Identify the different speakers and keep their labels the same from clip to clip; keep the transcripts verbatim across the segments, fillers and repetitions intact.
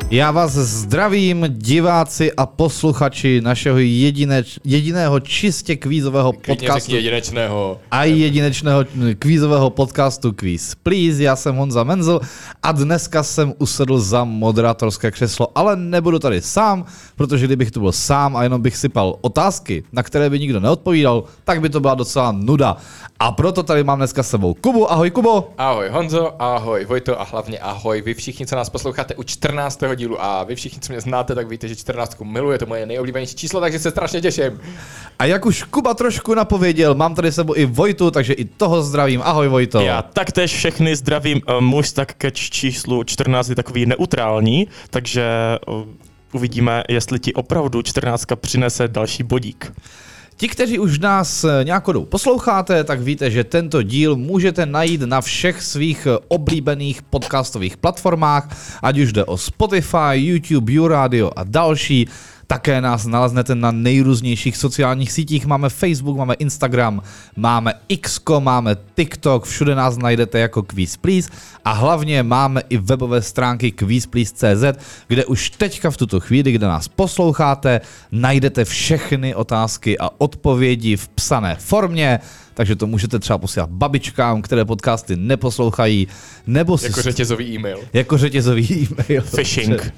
Speaker 1: Já vás zdravím, diváci a posluchači našeho jedineč, jediného čistě kvízového podcastu.
Speaker 2: jedinečného.
Speaker 1: A jedinečného kvízového podcastu Quiz Please. Já jsem Honza Menzel a dneska jsem usedl za moderátorské křeslo, ale nebudu tady sám, protože kdybych tu byl sám a jenom bych sypal otázky, na které by nikdo neodpovídal, tak by to byla docela nuda. A proto tady mám dneska s sebou Kubu. Ahoj Kubo.
Speaker 2: Ahoj Honzo, ahoj Vojto a hlavně ahoj vy všichni, co nás posloucháte u čtrnáctého dílu a vy všichni, co mě znáte, tak víte, že čtrnáctku miluje, to moje nejoblíbenější číslo, takže se strašně těším.
Speaker 1: A jak už Kuba trošku napověděl, mám tady s sebou i Vojtu, takže i toho zdravím. Ahoj Vojto.
Speaker 3: Já taktéž všechny zdravím. Můj stack catch číslu čtrnáct je takový neutrální, takže uvidíme, jestli ti opravdu čtrnáctka přinese další bodík.
Speaker 1: Ti, kteří už nás nějakou dobu posloucháte, tak víte, že tento díl můžete najít na všech svých oblíbených podcastových platformách, ať už jde o Spotify, YouTube, YouRadio a další. Také nás naleznete na nejrůznějších sociálních sítích. Máme Facebook, máme Instagram, máme Xko, máme TikTok, všude nás najdete jako Quiz Please a hlavně máme i webové stránky quiz please tečka cé zet, kde už teďka v tuto chvíli, kde nás posloucháte, najdete všechny otázky a odpovědi v psané formě, takže to můžete třeba posílat babičkám, které podcasty neposlouchají, nebo si...
Speaker 2: Jako řetězový e-mail.
Speaker 1: Jako řetězový e-mail.
Speaker 3: Phishing.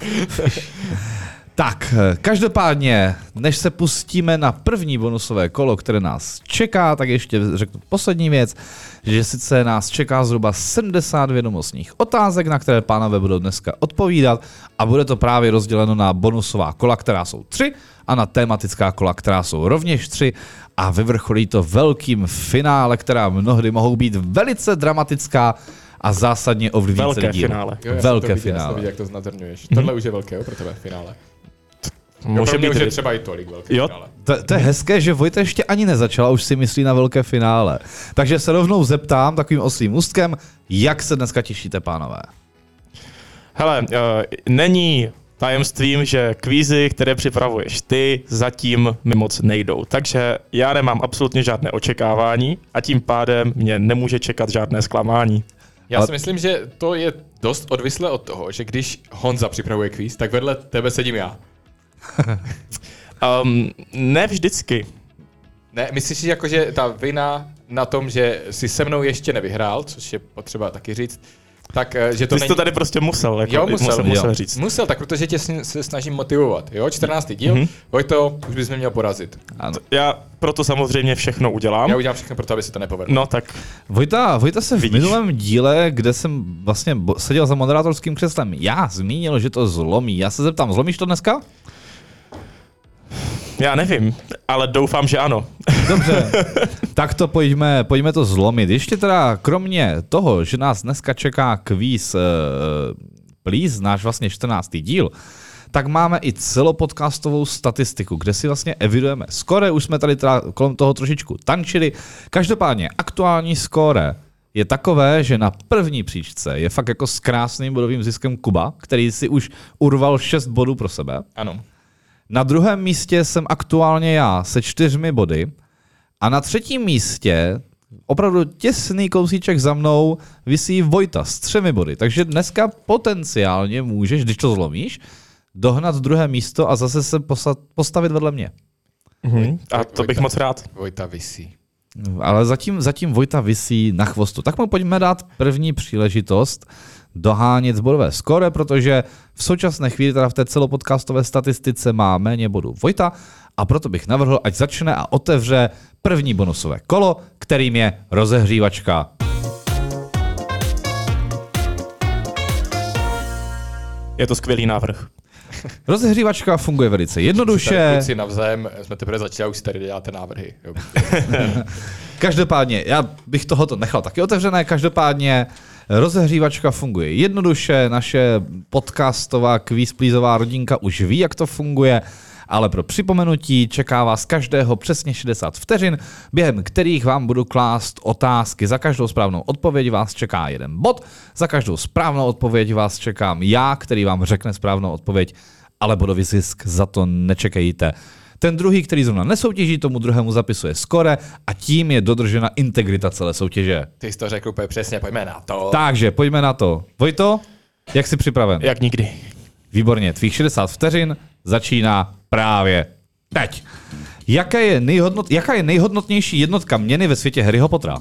Speaker 1: Tak, každopádně, než se pustíme na první bonusové kolo, které nás čeká, tak ještě řeknu poslední věc, že sice nás čeká zhruba sedmdesát vědomostních otázek, na které pánové budou dneska odpovídat a bude to právě rozděleno na bonusová kola, která jsou tři a na tematická kola, která jsou rovněž tři a vyvrcholí to velkým finále, která mnohdy mohou být velice dramatická a zásadně ovlivní celý díl.
Speaker 3: Finále.
Speaker 2: Jo,
Speaker 1: velké
Speaker 2: to vidí,
Speaker 1: finále.
Speaker 2: Vidí, jak to znázorňuješ. Mm-hmm. Tohle už je velké, jo, pro tebe finále.
Speaker 3: Může být
Speaker 2: už je třeba i tolik velké
Speaker 3: jo.
Speaker 2: finále.
Speaker 1: To, to je hezké, že Vojta ještě ani nezačala, už si myslí na velké finále. Takže se rovnou zeptám takovým oslým ústkem, jak se dneska těšíte, pánové?
Speaker 3: Hele, uh, není tajemstvím, že kvízy, které připravuješ ty, zatím mi moc nejdou. Takže já nemám absolutně žádné očekávání a tím pádem mě nemůže čekat žádné zklamání.
Speaker 2: Já
Speaker 1: Ale...
Speaker 2: si myslím, že to je dost odvislé od toho, že když Honza připravuje kvíz, tak vedle tebe sedím já.
Speaker 3: um, ne vždycky.
Speaker 2: Ne, myslíš si, jako, že ta vina na tom, že jsi se mnou ještě nevyhrál, což je potřeba taky říct, tak že to
Speaker 3: Ty jsi
Speaker 2: není...
Speaker 3: to tady prostě musel, jako
Speaker 2: jo, musel,
Speaker 3: musel,
Speaker 2: jo.
Speaker 3: musel říct.
Speaker 2: Musel, tak protože tě se snažím motivovat, jo, čtrnáctý díl, mm-hmm. Vojto, už bys mě měl porazit.
Speaker 1: Ano.
Speaker 3: Já proto samozřejmě všechno udělám.
Speaker 2: Já udělám všechno pro to, aby se to nepovedlo.
Speaker 3: No tak.
Speaker 1: Vojta, Vojta se v
Speaker 3: Vidíš.
Speaker 1: minulém díle, kde jsem vlastně seděl za moderátorským křeslem, já zmínil, že to zlomí. Já se zeptám, zlomíš to dneska?
Speaker 3: Já nevím, ale doufám, že ano.
Speaker 1: Dobře, tak to pojďme, pojďme to zlomit. Ještě teda kromě toho, že nás dneska čeká Quiz uh, Please, náš vlastně čtrnáctý díl, tak máme i celopodcastovou statistiku, kde si vlastně evidujeme skóre, už jsme tady teda kolem toho trošičku tančili. Každopádně aktuální skóre je takové, že na první příčce je fakt jako s krásným bodovým ziskem Kuba, který si už urval šest bodů pro sebe.
Speaker 2: Ano.
Speaker 1: Na druhém místě jsem aktuálně já se čtyřmi body a na třetím místě opravdu těsný kousíček za mnou visí Vojta s třemi body. Takže dneska potenciálně můžeš, když to zlomíš, dohnat druhé místo a zase se postavit vedle mě.
Speaker 3: Mhm. A to bych
Speaker 2: Vojta,
Speaker 3: moc rád.
Speaker 2: Vojta visí.
Speaker 1: Ale zatím, zatím Vojta visí na chvostu. Tak mu pojďme dát první příležitost dohánět bodové skóre, protože v současné chvíli teda v té celopodcastové statistice má méně bodů Vojta a proto bych navrhl, ať začne a otevře první bonusové kolo, kterým je rozehřívačka.
Speaker 3: Je to skvělý návrh.
Speaker 1: Rozehřívačka funguje velice jednoduše.
Speaker 2: Kluci navzájem jsme teprve začali, už si tady děláte návrhy. Jo.
Speaker 1: Každopádně, já bych tohoto nechal taky otevřené, každopádně rozehřívačka funguje jednoduše, naše podcastová kvízplízová rodinka už ví, jak to funguje, ale pro připomenutí čeká vás každého přesně šedesát vteřin, během kterých vám budu klást otázky. Za každou správnou odpověď vás čeká jeden bod, za každou správnou odpověď vás čekám já, který vám řekne správnou odpověď, ale bodový zisk za to nečekejte. Ten druhý, který zrovna nesoutěží, tomu druhému zapisuje skóre a tím je dodržena integrita celé soutěže.
Speaker 2: Ty jsi to řekl úplně přesně, pojďme na to.
Speaker 1: Takže pojďme na to. Vojto, jak jsi připraven?
Speaker 3: Jak nikdy.
Speaker 1: Výborně, tvých šedesát vteřin začíná právě teď. Jaké je nejhodnot, jaká je nejhodnotnější jednotka měny ve světě Harryho Pottera?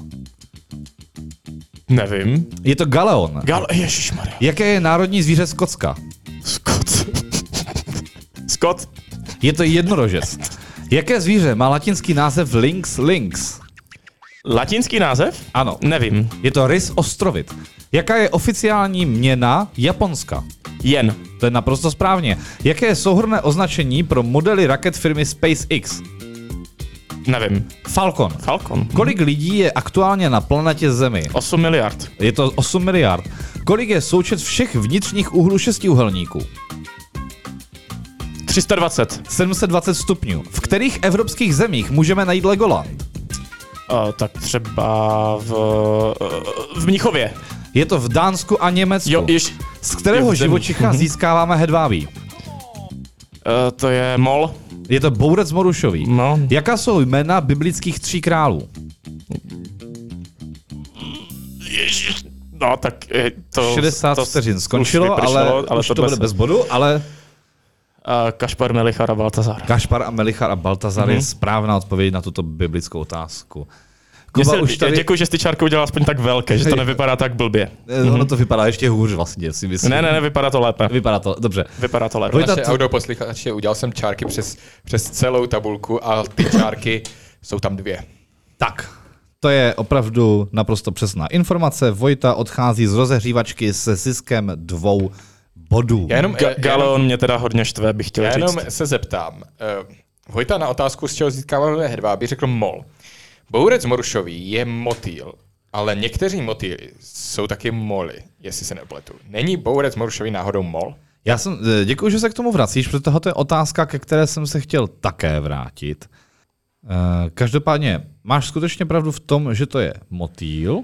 Speaker 3: Nevím.
Speaker 1: Je to galeon.
Speaker 3: Gal... Ježišmarja.
Speaker 1: Jaké je národní zvíře Skotska?
Speaker 3: Scott. Scott.
Speaker 1: Je to jednorožec. Jaké zvíře má latinský název Lynx lynx?
Speaker 3: Latinský název?
Speaker 1: Ano.
Speaker 3: Nevím.
Speaker 1: Je to rys ostrovit. Jaká je oficiální měna Japonska?
Speaker 3: Jen.
Speaker 1: To je naprosto správně. Jaké je souhrnné označení pro modely raket firmy SpaceX?
Speaker 3: Nevím.
Speaker 1: Falcon.
Speaker 3: Falcon.
Speaker 1: Kolik lidí je aktuálně na planetě Zemi?
Speaker 3: osm miliard.
Speaker 1: Je to osm miliard. Kolik je součet všech vnitřních úhlů šestiúhelníků?
Speaker 3: tři sta dvacet.
Speaker 1: sedm set dvacet stupňů. V kterých evropských zemích můžeme najít Legoland?
Speaker 3: Uh, tak třeba v, uh, v Mnichově.
Speaker 1: Je to v Dánsku a Německu.
Speaker 3: Jo, již.
Speaker 1: Z kterého
Speaker 3: jo, v zemi.
Speaker 1: živočicha získáváme hedvábí?
Speaker 3: Uh, to je mol.
Speaker 1: Je to bourec morušový.
Speaker 3: No.
Speaker 1: Jaká jsou jména biblických tří králů?
Speaker 3: Ježiš. No, tak je to...
Speaker 1: šedesát
Speaker 3: to
Speaker 1: vteřin skončilo,
Speaker 3: už
Speaker 1: ale,
Speaker 3: ale
Speaker 1: už to bude
Speaker 3: se...
Speaker 1: bez bodu, ale
Speaker 3: Uh, Kašpar, Melichar a Baltazar.
Speaker 1: Kašpar a Melichar a Baltazar mm-hmm. je správná odpověď na tuto biblickou otázku. Kuba,
Speaker 3: se,
Speaker 1: už tady...
Speaker 3: Děkuji, že jsi ty čárky udělal aspoň tak velké, že to nevypadá tak blbě.
Speaker 1: Mm-hmm. Ono to vypadá ještě hůř vlastně, si myslím.
Speaker 3: Ne, ne, ne, vypadá to lépe.
Speaker 1: Vypadá to, dobře.
Speaker 3: Vypadá to lépe.
Speaker 2: Naše audio posluchači, udělal jsem čárky přes, přes celou tabulku a ty čárky jsou tam dvě.
Speaker 1: Tak, to je opravdu naprosto přesná informace. Vojta odchází z rozehřívačky se ziskem dvou bodů.
Speaker 2: Já jenom,
Speaker 3: Ga- Galeon mě teda hodně štve, bych chtěl
Speaker 2: já
Speaker 3: říct.
Speaker 2: jenom se zeptám. Uh, Vojta na otázku, z čeho získáváme hedvábí, řekl mol. Bourec morušový je motýl, ale někteří motýly jsou taky moly, jestli se nepletu. Není bourec morušový náhodou mol?
Speaker 1: Já jsem, děkuji, že se k tomu vracíš, protože tohle je otázka, ke které jsem se chtěl také vrátit. Každopádně, máš skutečně pravdu v tom, že to je motýl,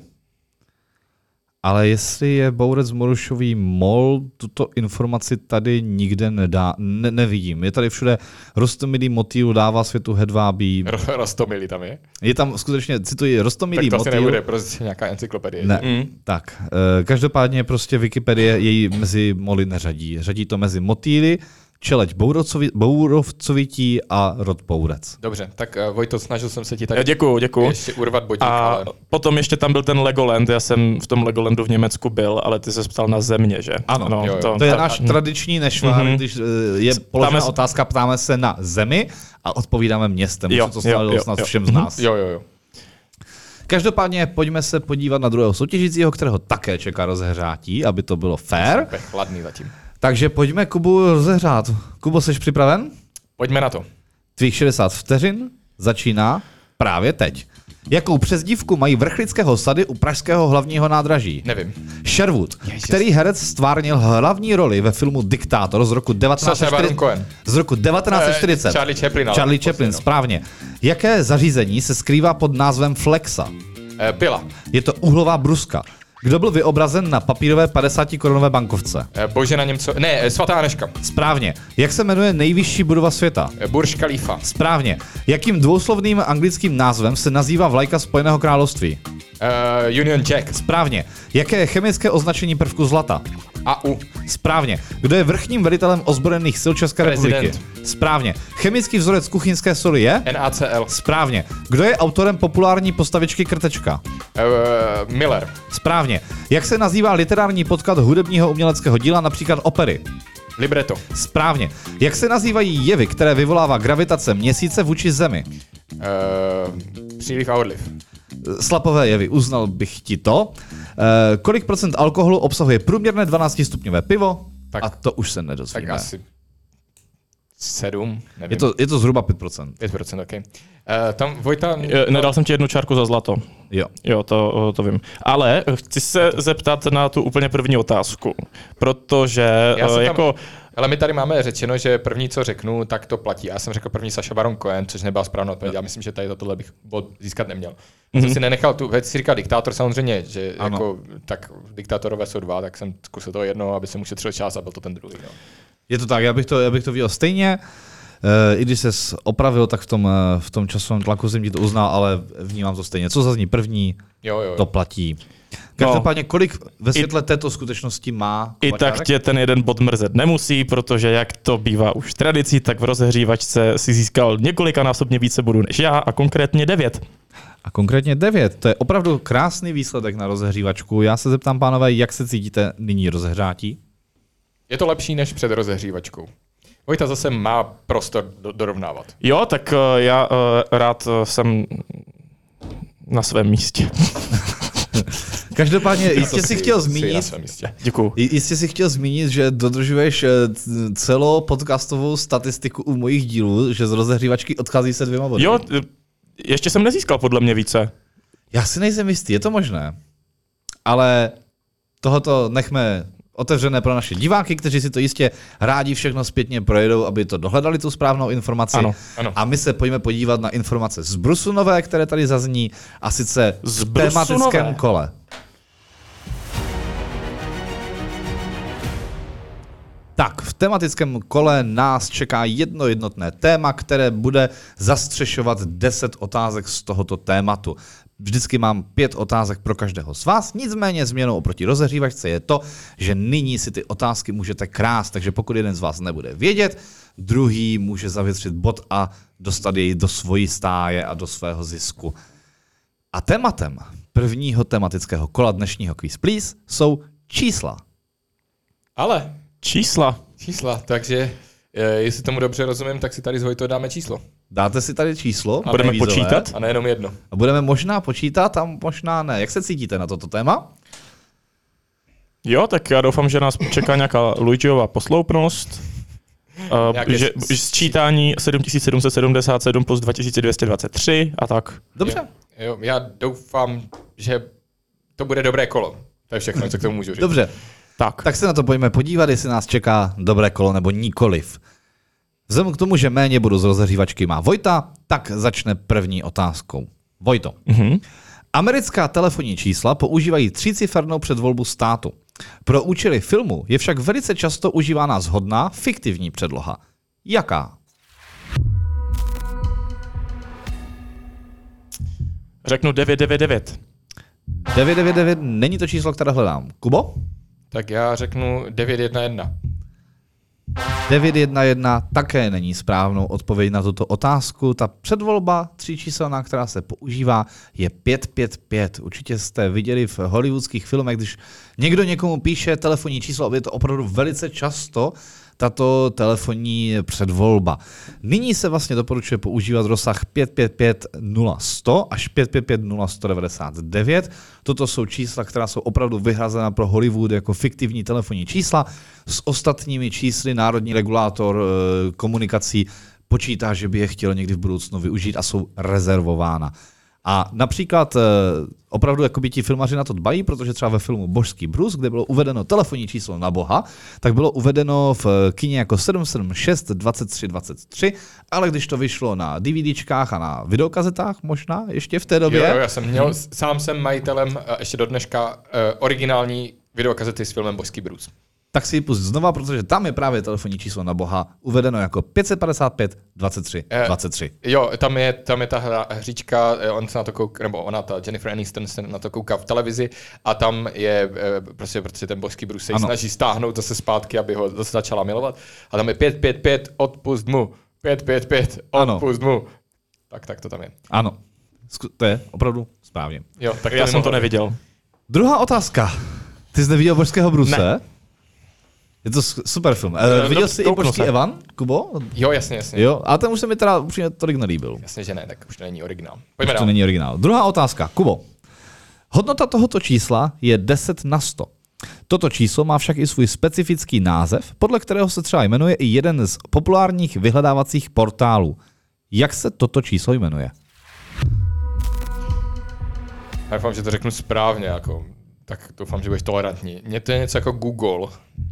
Speaker 1: ale jestli je bourec morušový mol, tuto informaci tady nikde nedá, ne, nevidím. Je tady všude roztomilý motýl, dává světu hedvábí.
Speaker 2: Roztomilý tam je?
Speaker 1: Je tam skutečně, cituji, roztomilý
Speaker 2: motýl. Tak to
Speaker 1: motýl.
Speaker 2: asi nebude prostě nějaká encyklopedie.
Speaker 1: Ne,
Speaker 3: Mm.
Speaker 1: tak. Každopádně prostě Wikipedie jej mezi moly neřadí. Řadí to mezi motýly, čeleď bourovcovití a rod bourec.
Speaker 2: Dobře, tak uh, Vojto, snažil jsem se ti tady
Speaker 3: Děkuju, děkuju.
Speaker 2: ještě urvat bodík,
Speaker 3: A
Speaker 2: ale...
Speaker 3: potom ještě tam byl ten Legoland, já jsem v tom Legolandu v Německu byl, ale ty se ptal na země, že?
Speaker 1: Ano,
Speaker 3: no,
Speaker 2: jo, jo.
Speaker 1: To je
Speaker 3: ta-
Speaker 1: náš tradiční nešvár,
Speaker 3: Mhm.
Speaker 1: když uh, je položená
Speaker 3: se-
Speaker 1: otázka, ptáme se na zemi a odpovídáme městem.
Speaker 3: Jo,
Speaker 1: Už to
Speaker 3: jo,
Speaker 1: stalo
Speaker 3: jo,
Speaker 1: snad
Speaker 3: jo.
Speaker 1: všem z nás.
Speaker 2: Jo, jo, jo.
Speaker 1: Každopádně pojďme se podívat na druhého soutěžícího, kterého také čeká rozehřátí, aby to bylo fair.
Speaker 2: Jsem chladný zatím.
Speaker 1: Takže pojďme Kubu rozehřát. Kubo, jsi připraven?
Speaker 2: Pojďme na to.
Speaker 1: Tvých šedesát vteřin začíná právě teď. Jakou přezdívku mají vrchlického sady u pražského hlavního nádraží?
Speaker 2: Nevím.
Speaker 1: Sherwood,
Speaker 2: Ježiš.
Speaker 1: který herec stvárnil hlavní roli ve filmu Diktátor z roku devatenáct set
Speaker 2: Sacha
Speaker 1: čtyřicet.
Speaker 2: Baron Cohen.
Speaker 1: Z roku devatenáct set čtyřicet.
Speaker 2: Eh, Charlie Chaplin. ale
Speaker 1: Charlie
Speaker 2: prostě,
Speaker 1: Chaplin,
Speaker 2: no.
Speaker 1: správně. Jaké zařízení se skrývá pod názvem Flexa?
Speaker 2: Eh, Pila.
Speaker 1: Je to uhlová bruska. Kdo byl vyobrazen na papírové padesátikorunové bankovce?
Speaker 2: Eh, Bože na Němco... Ne, eh, svatá Anežka.
Speaker 1: Správně. Jak se jmenuje nejvyšší budova světa?
Speaker 2: Eh, Burj Khalifa.
Speaker 1: Správně. Jakým dvouslovným anglickým názvem se nazývá vlajka Spojeného království?
Speaker 2: Eh, Union Jack.
Speaker 1: Správně. Jaké je chemické označení prvku zlata?
Speaker 2: A U.
Speaker 1: Správně. Kdo je vrchním velitelem ozbrojených sil České
Speaker 2: Prezident.
Speaker 1: republiky? Správně. Chemický vzorec kuchyňské soli je?
Speaker 2: N A C L.
Speaker 1: Správně. Kdo je autorem populární postavičky Krtečka?
Speaker 2: Eh, Miller.
Speaker 1: Správně. Jak se nazývá literární podklad hudebního uměleckého díla, například opery?
Speaker 2: Libretto.
Speaker 1: Správně. Jak se nazývají jevy, které vyvolává gravitace měsíce vůči Zemi?
Speaker 2: Eh, Příliv a odliv.
Speaker 1: Slapové jevy, uznal bych ti to. E, kolik procent alkoholu obsahuje průměrné dvanáctistupňové pivo?
Speaker 2: Tak-
Speaker 1: A to už se
Speaker 2: Tak
Speaker 1: nedozvíme.
Speaker 2: asi sedm, nevím.
Speaker 1: Je to, je to zhruba pět procent.
Speaker 2: pět procent, ok. Uh, tam Vojta...
Speaker 3: Eh, Nedal jsem ti jednu čárku za zlato.
Speaker 1: Jo.
Speaker 3: Jo, to, to vím. Ale chci se zeptat na tu úplně první otázku, protože
Speaker 2: Já jsem
Speaker 3: eh,
Speaker 2: tam-
Speaker 3: jako...
Speaker 2: Ale my tady máme řečeno, že první, co řeknu, tak to platí. Já jsem řekl první Sacha Baron Cohen, což nebyla správná odpověď. Já myslím, že tady za tohle bych bod získat neměl. Já jsem si nenechal tu věc, si říkal diktátor samozřejmě, že
Speaker 1: Ano.
Speaker 2: jako, tak diktátorové jsou dva, tak jsem zkusil toho jedno, aby se mu šetřil čas a byl to ten druhý. No.
Speaker 1: Je to tak, já bych to, já bych to viděl stejně. E, I když se opravil, tak v tom, v tom časovém tlaku jsem ti to uznal, ale vnímám to stejně. Co zazní první,
Speaker 2: Jo, jo, jo.
Speaker 1: to platí. Každopádně, kolik ve světle I, této skutečnosti má
Speaker 3: I tak tě ten jeden bod mrzet nemusí, protože jak to bývá už tradicí, tak v rozehřívačce si získal několikanásobně více bodů než já a konkrétně devět.
Speaker 1: A konkrétně devět. To je opravdu krásný výsledek na rozehřívačku. Já se zeptám, pánové, jak se cítíte nyní rozehřátí?
Speaker 2: Je to lepší než před rozehřívačkou. Vojta zase má prostor do, dorovnávat.
Speaker 3: Jo, tak uh, já uh, rád uh, jsem na svém místě.
Speaker 1: Každopádně jistě si, si chtěl zmínit,
Speaker 3: Děkuju.
Speaker 1: Jistě si chtěl zmínit, že dodržuješ celou podcastovou statistiku u mojich dílů, že z rozehřívačky odchází se dvěma body.
Speaker 3: Jo, ještě jsem nezískal podle mě více.
Speaker 1: Já si nejsem jistý, je to možné. Ale tohoto nechme otevřené pro naše diváky, kteří si to jistě rádi všechno zpětně projedou, aby to dohledali tu správnou informaci.
Speaker 3: Ano,
Speaker 2: ano.
Speaker 1: A my se pojďme podívat na informace z Brusunové, které tady zazní, a sice
Speaker 3: z
Speaker 1: v tematickém kole. Tak, v tematickém kole nás čeká jedno jednotné téma, které bude zastřešovat deset otázek z tohoto tématu. Vždycky mám pět otázek pro každého z vás, nicméně změnou oproti rozehřívačce je to, že nyní si ty otázky můžete krást, takže pokud jeden z vás nebude vědět, druhý může zavětřit bod a dostat jej do svojí stáje a do svého zisku. A tématem prvního tematického kola dnešního Quiz Please jsou čísla.
Speaker 2: Ale
Speaker 3: Čísla.
Speaker 2: Čísla, takže jestli tomu dobře rozumím, tak si tady z Vojtou dáme číslo.
Speaker 1: Dáte si tady číslo?
Speaker 3: A budeme
Speaker 1: vízové,
Speaker 3: počítat?
Speaker 2: A nejenom jedno.
Speaker 1: A budeme možná počítat a možná ne. Jak se cítíte na toto téma?
Speaker 3: Jo, tak já doufám, že nás čeká nějaká Luigiova posloupnost. Uh, že sčítání sedm tisíc sedm set sedmdesát sedm plus dva tisíce dvě stě dvacet tři a tak.
Speaker 1: Dobře.
Speaker 2: Jo, jo, já doufám, že to bude dobré kolo. To je všechno, co k tomu můžu říct.
Speaker 1: Dobře.
Speaker 3: Tak.
Speaker 1: tak se na to pojďme podívat, jestli nás čeká dobré kolo nebo nikoliv. Vzhledem k tomu, že méně budu z rozehřívačky má Vojta, tak začne první otázkou. Vojto.
Speaker 3: Mm-hmm.
Speaker 1: Americká telefonní čísla používají třícifernou předvolbu státu. Pro účely filmu je však velice často užívána shodná fiktivní předloha. Jaká?
Speaker 3: Řeknu devět devět devět.
Speaker 1: devět devět devět není to číslo, které hledám. Kubo?
Speaker 2: Tak já řeknu devět jedna jedna.
Speaker 1: devět jedna jedna také není správnou odpověď na tuto otázku. Ta předvolba tříčíselná, která se používá, je pět pět pět. Určitě jste viděli v hollywoodských filmech, když někdo někomu píše telefonní číslo, aby je to opravdu velice často tato telefonní předvolba. Nyní se vlastně doporučuje používat rozsah pět pět pět nula sto až pět pět pět nula sto devadesát devět. Toto jsou čísla, která jsou opravdu vyhrazena pro Hollywood jako fiktivní telefonní čísla. S ostatními čísly národní regulátor e, komunikací počítá, že by je chtěl někdy v budoucnu využít a jsou rezervována. A například opravdu jakoby ti filmaři na to dbají, protože třeba ve filmu Božský brus, kde bylo uvedeno telefonní číslo na Boha, tak bylo uvedeno v kině jako sedm sedm šest dvacet tři dvacet tři, ale když to vyšlo na DVDčkách a na videokazetách možná ještě v té době.
Speaker 2: Jo, jo, já jsem měl, sám jsem majitelem ještě do dneška originální videokazety s filmem Božský brus.
Speaker 1: Tak si ji pust znova, protože tam je právě telefonní číslo na Boha uvedeno jako pět set padesát pět dvacet tři dvacet tři.
Speaker 2: Eh, jo, tam je, tam je ta hra, hříčka, on se na to kouká, nebo ona, ta Jennifer Aniston se na to kouká v televizi a tam je prostě, protože ten Božský brus se jí snaží stáhnout zase zpátky, aby ho zase začala milovat. A tam je pět pět pět, odpust mu, pět pět pět, odpust mu. Tak, tak to tam je.
Speaker 1: Ano, to je opravdu správně.
Speaker 2: Jo, tak
Speaker 3: já jsem to neviděl.
Speaker 1: Druhá otázka. Ty jsi neviděl Božského bruse?
Speaker 3: Ne.
Speaker 1: Je to super film. Uh, viděl jsi i Božský Evan, Kubo?
Speaker 2: Jo, jasně, jasně.
Speaker 1: Jo, a ten už se mi teda upřímně tolik nelíbil.
Speaker 2: Jasně, že ne, tak už to není originál. Pojďme
Speaker 1: už
Speaker 2: dál.
Speaker 1: To není originál. Druhá otázka. Kubo. Hodnota tohoto čísla je deset na sto. Toto číslo má však i svůj specifický název, podle kterého se třeba jmenuje i jeden z populárních vyhledávacích portálů. Jak se toto číslo jmenuje?
Speaker 2: Já doufám, že to řeknu správně, jako, tak doufám, že budeš tolerantní. Mně to je něco jako Google.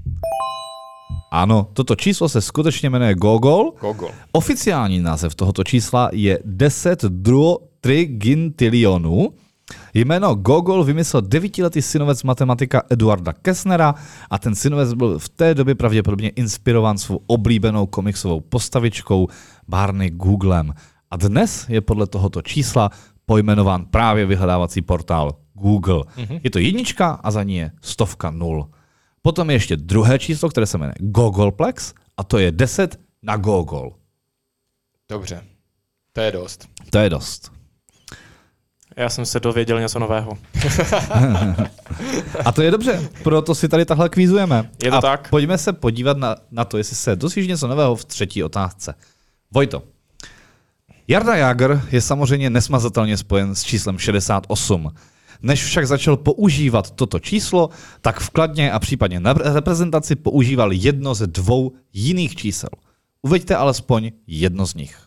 Speaker 1: Ano, toto číslo se skutečně jmenuje Gogol.
Speaker 2: Gogol.
Speaker 1: Oficiální název tohoto čísla je deset trigintilionů. Jméno Gogol vymyslel devítiletý synovec matematika Eduarda Kessnera a ten synovec byl v té době pravděpodobně inspirován svou oblíbenou komiksovou postavičkou Barney Googlem. A dnes je podle tohoto čísla pojmenován právě vyhledávací portál Google. Mm-hmm. Je to jednička a za ní je stovka nul. Potom je ještě druhé číslo, které se jmenuje Googleplex a to je deset na Google.
Speaker 2: Dobře, to je dost.
Speaker 1: To je dost.
Speaker 3: Já jsem se dověděl něco nového.
Speaker 1: A to je dobře, proto si tady takhle kvízujeme.
Speaker 3: Je to
Speaker 1: a
Speaker 3: tak?
Speaker 1: Pojďme se podívat na, na to, jestli se dozvíš něco nového v třetí otázce. Vojto. Jarda Jágr je samozřejmě nesmazatelně spojen s číslem šedesát osm. Než však začal používat toto číslo, tak v Kladně a případně na reprezentaci používal jedno ze dvou jiných čísel. Uveďte alespoň jedno z nich.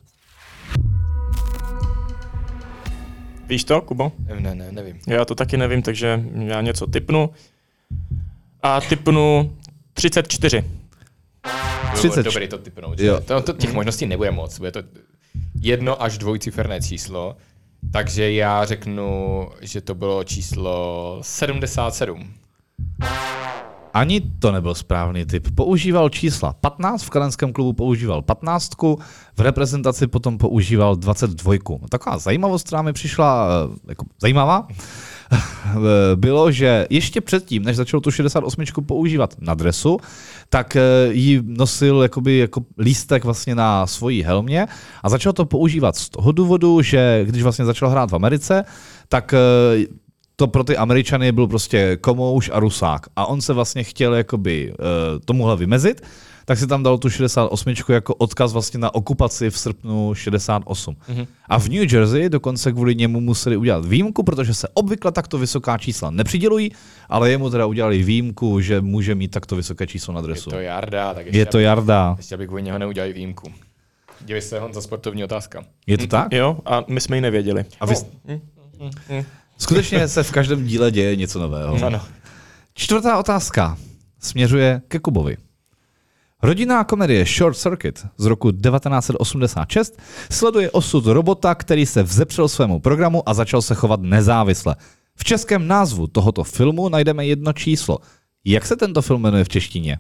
Speaker 3: Víš to, Kubo?
Speaker 2: Ne, ne, nevím.
Speaker 3: Já to taky nevím, takže já něco tipnu. A tipnu třicet čtyři.
Speaker 1: třicet.
Speaker 2: Dobrý to typnout.
Speaker 1: Jo.
Speaker 2: To, to, těch možností nebude moc. Bude to jedno až dvojciferné číslo. Takže já řeknu, že to bylo číslo sedmdesát sedm.
Speaker 1: Ani to nebyl správný typ. Používal čísla patnáct, v kladenském klubu používal patnáctku, v reprezentaci potom používal dvacet dva. Taková zajímavost, která mi přišla jako zajímavá, bylo, že ještě předtím, než začal tu šedesát osm používat na dresu, tak ji nosil jakoby, jako lístek vlastně na svojí helmě a začal to používat z toho důvodu, že když vlastně začal hrát v Americe, tak to pro ty Američany byl prostě komouš a rusák. A on se vlastně chtěl jakoby uh, tomuhle vymezit, tak si tam dal tu šedesát osm jako odkaz vlastně na okupaci v srpnu šedesát osm. Mm-hmm. A v New Jersey dokonce kvůli němu museli udělat výjimku, protože se obvykle takto vysoká čísla nepřidělují, ale jemu teda udělali výjimku, že může mít takto vysoké číslo na dresu.
Speaker 2: Je to Jarda, tak ještě
Speaker 1: Je to Jarda.
Speaker 2: Ještě aby kvůli něho neudělali výjimku. Dívej se, Honza, sportovní otázka.
Speaker 1: Je to tak?
Speaker 3: Jo, a my jsme ji nevěděli.
Speaker 1: A vy...
Speaker 3: Oh. Mm, mm, mm.
Speaker 1: Skutečně se v každém díle děje něco nového.
Speaker 2: Ano.
Speaker 1: Čtvrtá otázka směřuje ke Kubovi. Rodinná komedie Short Circuit z roku devatenáct set osmdesát šest sleduje osud robota, který se vzepřel svému programu a začal se chovat nezávisle. V českém názvu tohoto filmu najdeme jedno číslo. Jak se tento film jmenuje v češtině?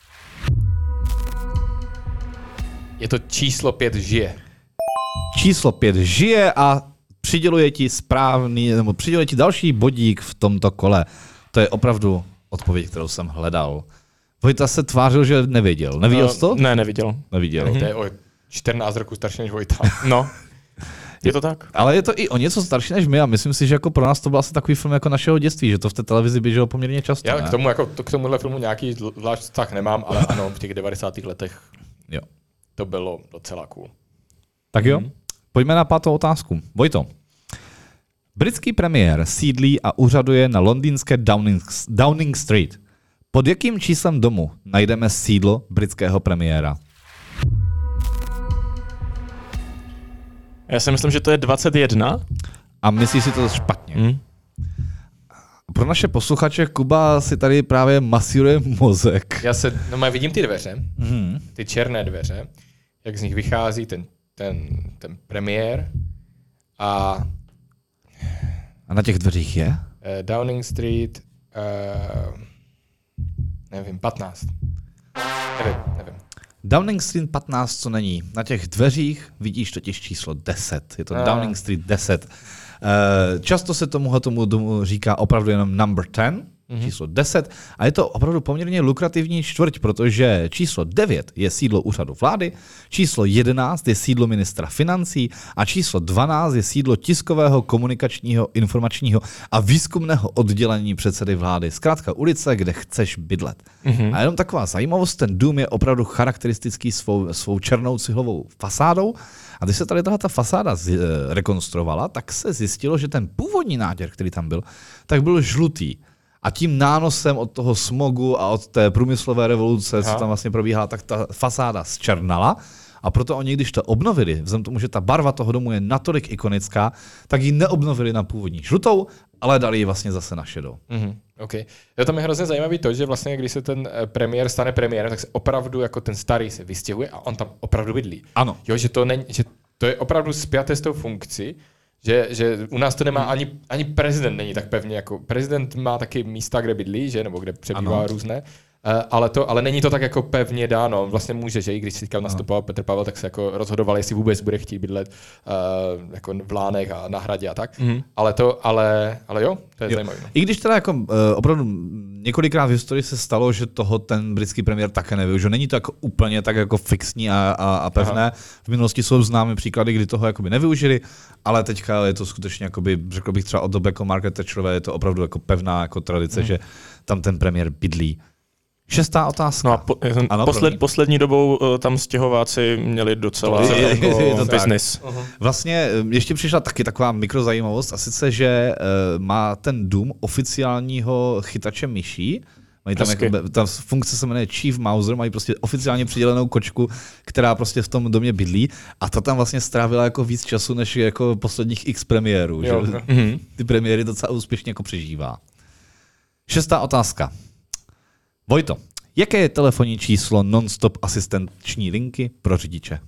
Speaker 2: Je to číslo pět žije.
Speaker 1: Číslo pět žije a přiděluje ti správný, nebo přiděluje ti další bodík v tomto kole. To je opravdu odpověď, kterou jsem hledal. Vojta se tvářil, že nevěděl. Neviděl jsi to?
Speaker 3: Ne, neviděl.
Speaker 1: Neviděl.
Speaker 2: To je o čtrnáct roku starší než Vojta.
Speaker 3: No, je to tak.
Speaker 1: Ale je to i o něco starší než my a myslím si, že jako pro nás to byl asi takový film jako našeho dětství, že to v té televizi běželo poměrně často.
Speaker 2: Já
Speaker 1: ne?
Speaker 2: k tomu, jako, to, k tomuhle filmu nějaký zvlášť vztah nemám, ale ano, v těch devadesátých letech
Speaker 1: Jo.
Speaker 2: to bylo docela cool.
Speaker 1: Tak jo, hmm. Pojďme na pátou otázku. Vojto. Britský premiér sídlí a úřaduje na londýnské Downing, Downing Street. Pod jakým číslem domu najdeme sídlo britského premiéra?
Speaker 3: Já si myslím, že to je dvacet jedna.
Speaker 1: A myslíš si to špatně?
Speaker 3: Hmm.
Speaker 1: Pro naše posluchače Kuba si tady právě masíruje mozek.
Speaker 2: Já se, no má vidím ty dveře,
Speaker 1: Hmm.
Speaker 2: ty černé dveře, jak z nich vychází ten, ten, ten premiér a
Speaker 1: A na těch dveřích je?
Speaker 2: uh, Downing Street, uh, nevím, patnáct. Nevím, nevím.
Speaker 1: Downing Street patnáct, co není. Na těch dveřích vidíš totiž číslo deset. Je to
Speaker 2: Ah.
Speaker 1: Downing Street deset. Uh, často se tomuhle tomu domu říká opravdu jenom number ten, mm-hmm. číslo deset. A je to opravdu poměrně lukrativní čtvrť, protože číslo devět je sídlo úřadu vlády, číslo jedenáct je sídlo ministra financí a číslo dvanáct je sídlo tiskového, komunikačního, informačního a výzkumného oddělení předsedy vlády. Zkrátka ulice, kde chceš bydlet. Mm-hmm. A jenom taková zajímavost, ten dům je opravdu charakteristický svou, svou černou cihlovou fasádou. A když se tady tato fasáda z, e, rekonstruovala, tak se zjistilo, že ten původní nátěr, který tam byl, tak byl žlutý. A tím nánosem od toho smogu a od té průmyslové revoluce, Aha. co tam vlastně probíhala, tak ta fasáda zčernala. A proto oni, když to obnovili, vzhledem tomu, že ta barva toho domu je natolik ikonická, tak ji neobnovili na původní žlutou, ale dali ji vlastně zase na šedou.
Speaker 2: Mm-hmm. Okay. Jo, tam je hrozně zajímavý to, že vlastně, když se ten premiér stane premiérem, tak se opravdu jako ten starý se vystěhuje a on tam opravdu bydlí.
Speaker 1: Ano.
Speaker 2: Jo, že to, není, že to je opravdu spjaté s tou funkcí, že, že u nás to nemá ani, ani prezident není tak pevně, jako prezident má taky místa, kde bydlí, že, nebo kde přebývá ano. různé, Uh, ale, to, ale není to tak jako pevně dáno. Vlastně může, že i když si teďka nastupoval Petr Pavel, tak se jako rozhodoval, jestli vůbec bude chtít bydlet uh, jako v Lánech a na Hradě a tak. Mm. Ale to, ale, ale jo, to je jo. zajímavé.
Speaker 1: I když teda jako uh, opravdu několikrát v historii se stalo, že toho ten britský premiér také nevyužil. Není to jako úplně tak jako fixní a, a, a pevné. Aha. V minulosti jsou známé příklady, kdy toho jakoby nevyužili, ale teďka je to skutečně jakoby, řekl bych třeba od doby jako Margaret Thatcherové, je to opravdu jako pevná jako tradice, mm. že tam ten premiér bydlí. Šestá otázka.
Speaker 3: No a po, ano, posled, poslední dobou uh, tam stěhováci měli docela
Speaker 1: je, je, je, je to
Speaker 3: business.
Speaker 1: Uh-huh. Vlastně ještě přišla taky taková mikrozajímavost, a sice, že uh, má ten dům oficiálního chytače myší. Mají tam jako, ta funkce se jmenuje Chief Mouser, mají prostě oficiálně přidělenou kočku, která prostě v tom domě bydlí, a ta tam vlastně strávila jako víc času než jako posledních x premiérů. Jo, že? Uh-huh. Ty premiéry docela úspěšně jako přežívá. Šestá otázka. Vojto, jaké je telefonní číslo non-stop asistenční linky pro řidiče?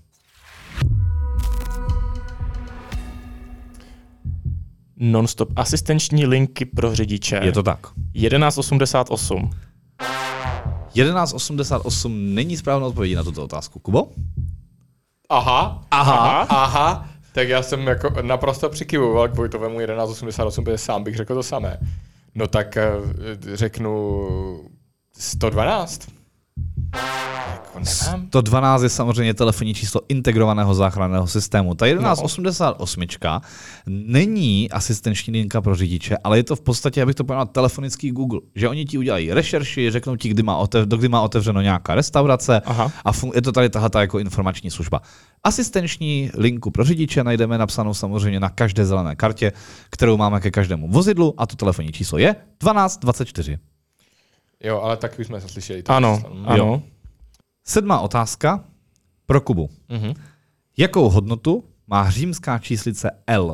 Speaker 3: Non-stop asistenční linky pro řidiče.
Speaker 1: Je to tak.
Speaker 3: jedenáct osmdesát osm.
Speaker 1: jedenáct osmdesát osm není správnou odpovědí na tuto otázku. Kubo?
Speaker 2: Aha, aha, aha. Tak já jsem jako naprosto přikyvoval k Vojtovému jedenáct osmdesát osm, protože sám bych řekl to samé. No tak řeknu sto dvanáct. Jako nemám.
Speaker 1: sto dvanáct je samozřejmě telefonní číslo integrovaného záchranného systému. Ta jedenáct osmdesát osm není asistenční linka pro řidiče, ale je to v podstatě, abych to pojmenoval, telefonický Google. Že oni ti udělají rešerši, řeknou ti, kdy má, otev, kdy má otevřeno nějaká restaurace. Aha. A fun- je to tady tahle jako informační služba. Asistenční linku pro řidiče najdeme napsanou samozřejmě na každé zelené kartě, kterou máme ke každému vozidlu, a to telefonní číslo je dvanáct dvacet čtyři.
Speaker 2: Jo, ale tak už jsme se slyšeli.
Speaker 3: Ano, číslo. ano. Jo.
Speaker 1: Sedmá otázka pro Kubu. Mm-hmm. Jakou hodnotu má římská číslice L?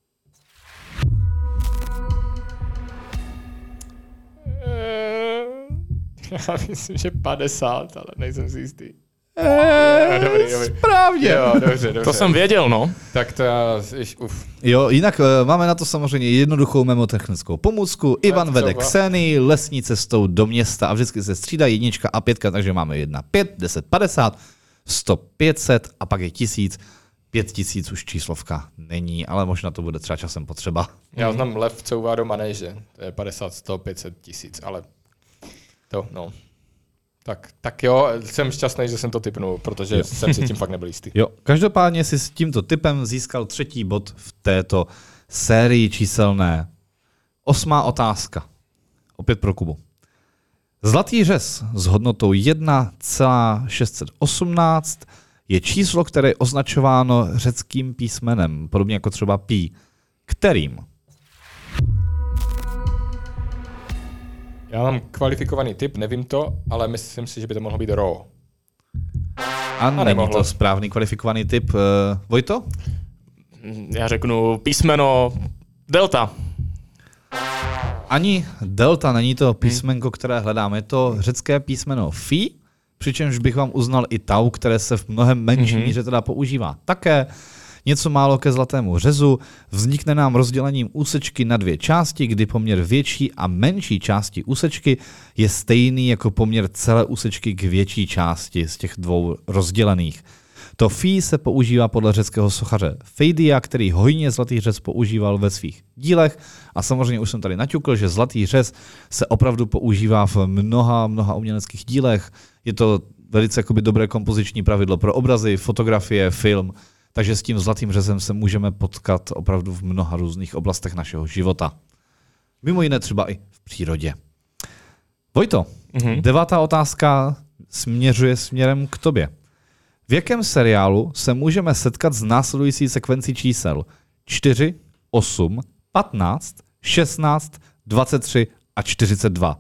Speaker 2: Já myslím, že padesát, ale nejsem si jistý.
Speaker 1: Eee, dobrý, dobrý. Správně.
Speaker 2: Jo, dobře, dobře.
Speaker 3: To jsem věděl, no.
Speaker 2: Tak to já, uf.
Speaker 1: Jo, jinak uh, máme na to samozřejmě jednoduchou memotechnickou pomůcku. Ivan vede k Xenii lesní cestou do města a vždycky se střídá jednička a pětka, takže máme jedna, pět, deset, padesát, sto, pět set a pak je tisíc. Pět tisíc už číslovka není, ale možná to bude třeba časem potřeba.
Speaker 2: Já znám lev couvá do manéže, to je padesát, sto, pět set tisíc, ale to, no. Tak, tak jo, jsem šťastný, že jsem to tipnul, protože jo. jsem si tím fakt nebyl jistý.
Speaker 1: Jo, každopádně si s tímto tipem získal třetí bod v této sérii číselné. Osmá otázka. Opět pro Kubu. Zlatý řez s hodnotou jedna celá šest set osmnáct je číslo, které je označováno řeckým písmenem, podobně jako třeba pí. Kterým?
Speaker 2: Já mám kvalifikovaný tip, nevím to, ale myslím si, že by to mohlo být ro.
Speaker 1: A, a není to správný kvalifikovaný tip. Uh, Vojto?
Speaker 3: Já řeknu písmeno delta.
Speaker 1: Ani delta není to písmenko, které hledáme. Je to řecké písmeno fi, přičemž bych vám uznal i tau, které se v mnohem menší mm-hmm. míře teda používá také. Něco málo ke zlatému řezu. Vznikne nám rozdělením úsečky na dvě části, kdy poměr větší a menší části úsečky je stejný jako poměr celé úsečky k větší části z těch dvou rozdělených. To fi se používá podle řeckého sochaře Pheidia, který hojně zlatý řez používal ve svých dílech, a samozřejmě už jsem tady naťukl, že zlatý řez se opravdu používá v mnoha, mnoha uměleckých dílech. Je to velice jakoby dobré kompoziční pravidlo pro obrazy, fotografie, film. Takže s tím zlatým řezem se můžeme potkat opravdu v mnoha různých oblastech našeho života. Mimo jiné třeba i v přírodě. Vojto, mm-hmm. devátá otázka směřuje směrem k tobě. V jakém seriálu se můžeme setkat s následující sekvencí čísel čtyři, osm, patnáct, šestnáct, dvacet tři a čtyřicet dva?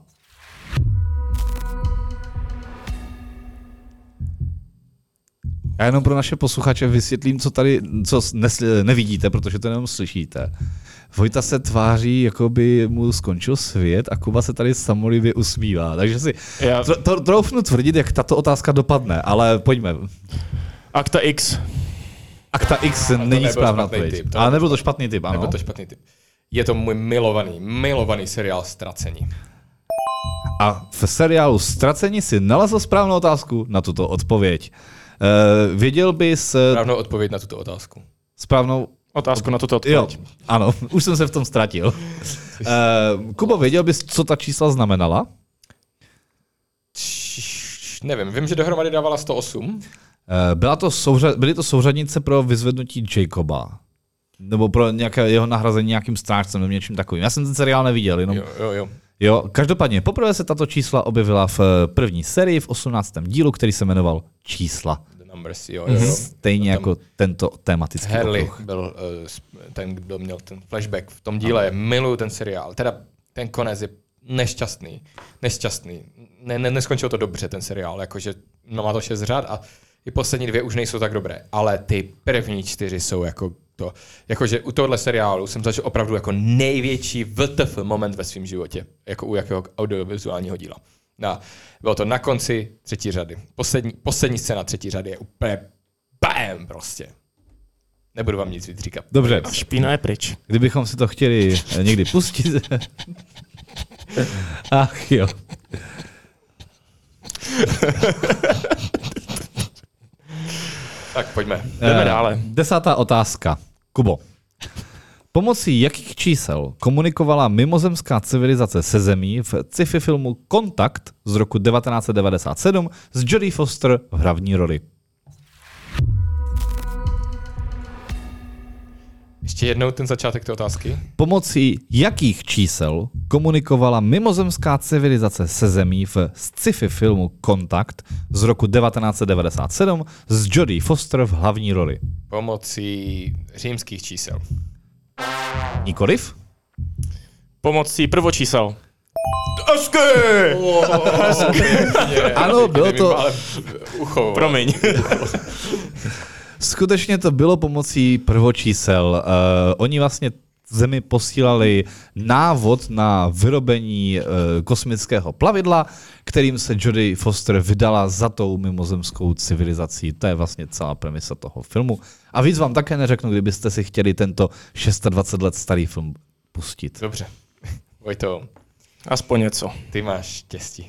Speaker 1: Já jenom pro naše posluchače vysvětlím, co tady co nesl- nevidíte, protože to jenom slyšíte. Vojta se tváří, jako by mu skončil svět, a Kuba se tady samolibě usmívá. Takže si Já... tro- to, troufnu tvrdit, jak tato otázka dopadne, ale pojďme.
Speaker 3: Akta X.
Speaker 1: Akta X není správná odpověď. Ale nebyl to špatný tip, ano.
Speaker 2: Nebyl to špatný tip. Je to můj milovaný, milovaný seriál Ztracení.
Speaker 1: A v seriálu Ztraceni si nalezl správnou otázku na tuto odpověď. Uh, věděl bys...
Speaker 2: Správnou odpověď na tuto otázku.
Speaker 1: Správnou...
Speaker 3: Otázku na tuto odpověď.
Speaker 1: Jo, ano, už jsem se v tom ztratil. Uh, Kubo, věděl bys, co ta čísla znamenala?
Speaker 2: Č, nevím, vím, že dohromady dávala sto osm.
Speaker 1: Uh, byla to souřad, byly to souřadnice pro vyzvednutí Jacoba. Nebo pro nějaké jeho nahrazení nějakým strážcem nebo něčím takovým. Já jsem ten seriál neviděl, jenom...
Speaker 2: Jo, jo, jo.
Speaker 1: Jo, každopádně poprvé se tato čísla objevila v první sérii, v osmnáctém dílu, který se jmenoval Čísla.
Speaker 2: The numbers, jo, jo, jo.
Speaker 1: Stejně jako tento tematický
Speaker 2: Harley
Speaker 1: okruh.
Speaker 2: byl uh, ten, kdo měl ten flashback v tom díle. Miluju ten seriál. Teda ten konec je nešťastný. Nešťastný. Ne, ne, neskončil to dobře, ten seriál. Jakože no, má to šest řad a i poslední dvě už nejsou tak dobré. Ale ty první čtyři jsou jako to. Jakože u tohohle seriálu jsem zažil opravdu jako největší W T F moment ve svém životě. Jako u jakého audiovizuálního díla. No, bylo to na konci třetí řady. Poslední, poslední scéna třetí řady je úplně bam prostě. Nebudu vám nic víc říkat.
Speaker 1: Dobře.
Speaker 3: A špína je pryč.
Speaker 1: Kdybychom si to chtěli někdy pustit. Ach jo.
Speaker 2: Tak pojďme.
Speaker 3: Jdeme dále.
Speaker 1: Desátá otázka. Kubo. Pomocí jakých čísel komunikovala mimozemská civilizace se Zemí v sci-fi filmu Kontakt z roku devatenáct set devadesát sedm s Jodie Foster v hlavní roli?
Speaker 2: Ještě jednou ten začátek té otázky.
Speaker 1: Pomocí jakých čísel komunikovala mimozemská civilizace se Zemí v sci-fi filmu Kontakt z roku devatenáct set devadesát sedm s Jodie Foster v hlavní roli?
Speaker 2: Pomocí římských čísel.
Speaker 1: Nikoliv?
Speaker 3: Pomocí prvočísel.
Speaker 2: Hezky!
Speaker 1: Ano, bylo to...
Speaker 2: Ucho.
Speaker 3: Promiň.
Speaker 1: Skutečně to bylo pomocí prvočísel. Uh, oni vlastně Zemi posílali návod na vyrobení uh, kosmického plavidla, kterým se Jodie Foster vydala za tou mimozemskou civilizací. To je vlastně celá premisa toho filmu. A víc vám také neřeknu, kdybyste si chtěli tento dvacet šest let starý film pustit.
Speaker 2: Dobře. Vojto,
Speaker 3: Aspoň něco.
Speaker 2: ty máš štěstí.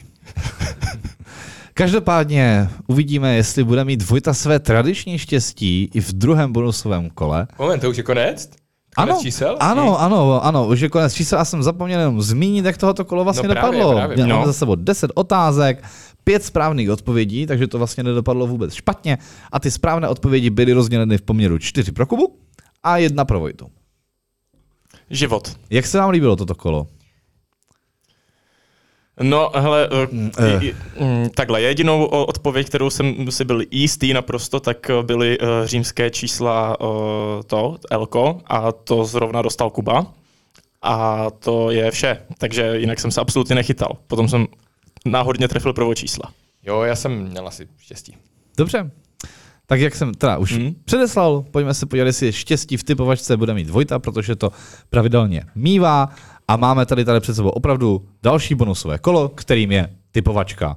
Speaker 1: Každopádně uvidíme, jestli bude mít Vojta své tradiční štěstí i v druhém bonusovém kole.
Speaker 2: Moment, to už je konec? Konec
Speaker 1: Ano,
Speaker 2: čísel?
Speaker 1: ano, ano, ano, už je konec čísel. Já jsem zapomněl jenom zmínit, jak tohoto kolo vlastně
Speaker 2: No právě,
Speaker 1: dopadlo.
Speaker 2: právě.
Speaker 1: Máme
Speaker 3: No.
Speaker 1: za sebou deset otázek, pět správných odpovědí, takže to vlastně nedopadlo vůbec špatně. A ty správné odpovědi byly rozděleny v poměru čtyři pro Kubu a jedna pro Vojtu.
Speaker 3: Život.
Speaker 1: Jak se vám líbilo toto kolo?
Speaker 3: No, hele,
Speaker 1: Mm,
Speaker 3: uh,
Speaker 1: eh.
Speaker 3: i, mm, takhle, jedinou o, odpověď, kterou jsem si byl jistý naprosto, tak uh, byly uh, římské čísla uh, to, Elko, a to zrovna dostal Kuba. A to je vše, takže jinak jsem se absolutně nechytal. Potom jsem náhodně trefil prvočísla.
Speaker 2: Jo, já jsem měl asi štěstí.
Speaker 1: Dobře. Tak jak jsem teda už
Speaker 3: Hmm.
Speaker 1: předeslal, pojďme se podívat, jestli štěstí v typovačce bude mít Vojta, protože to pravidelně mívá. A máme tady tady před sebou opravdu další bonusové kolo, kterým je typovačka.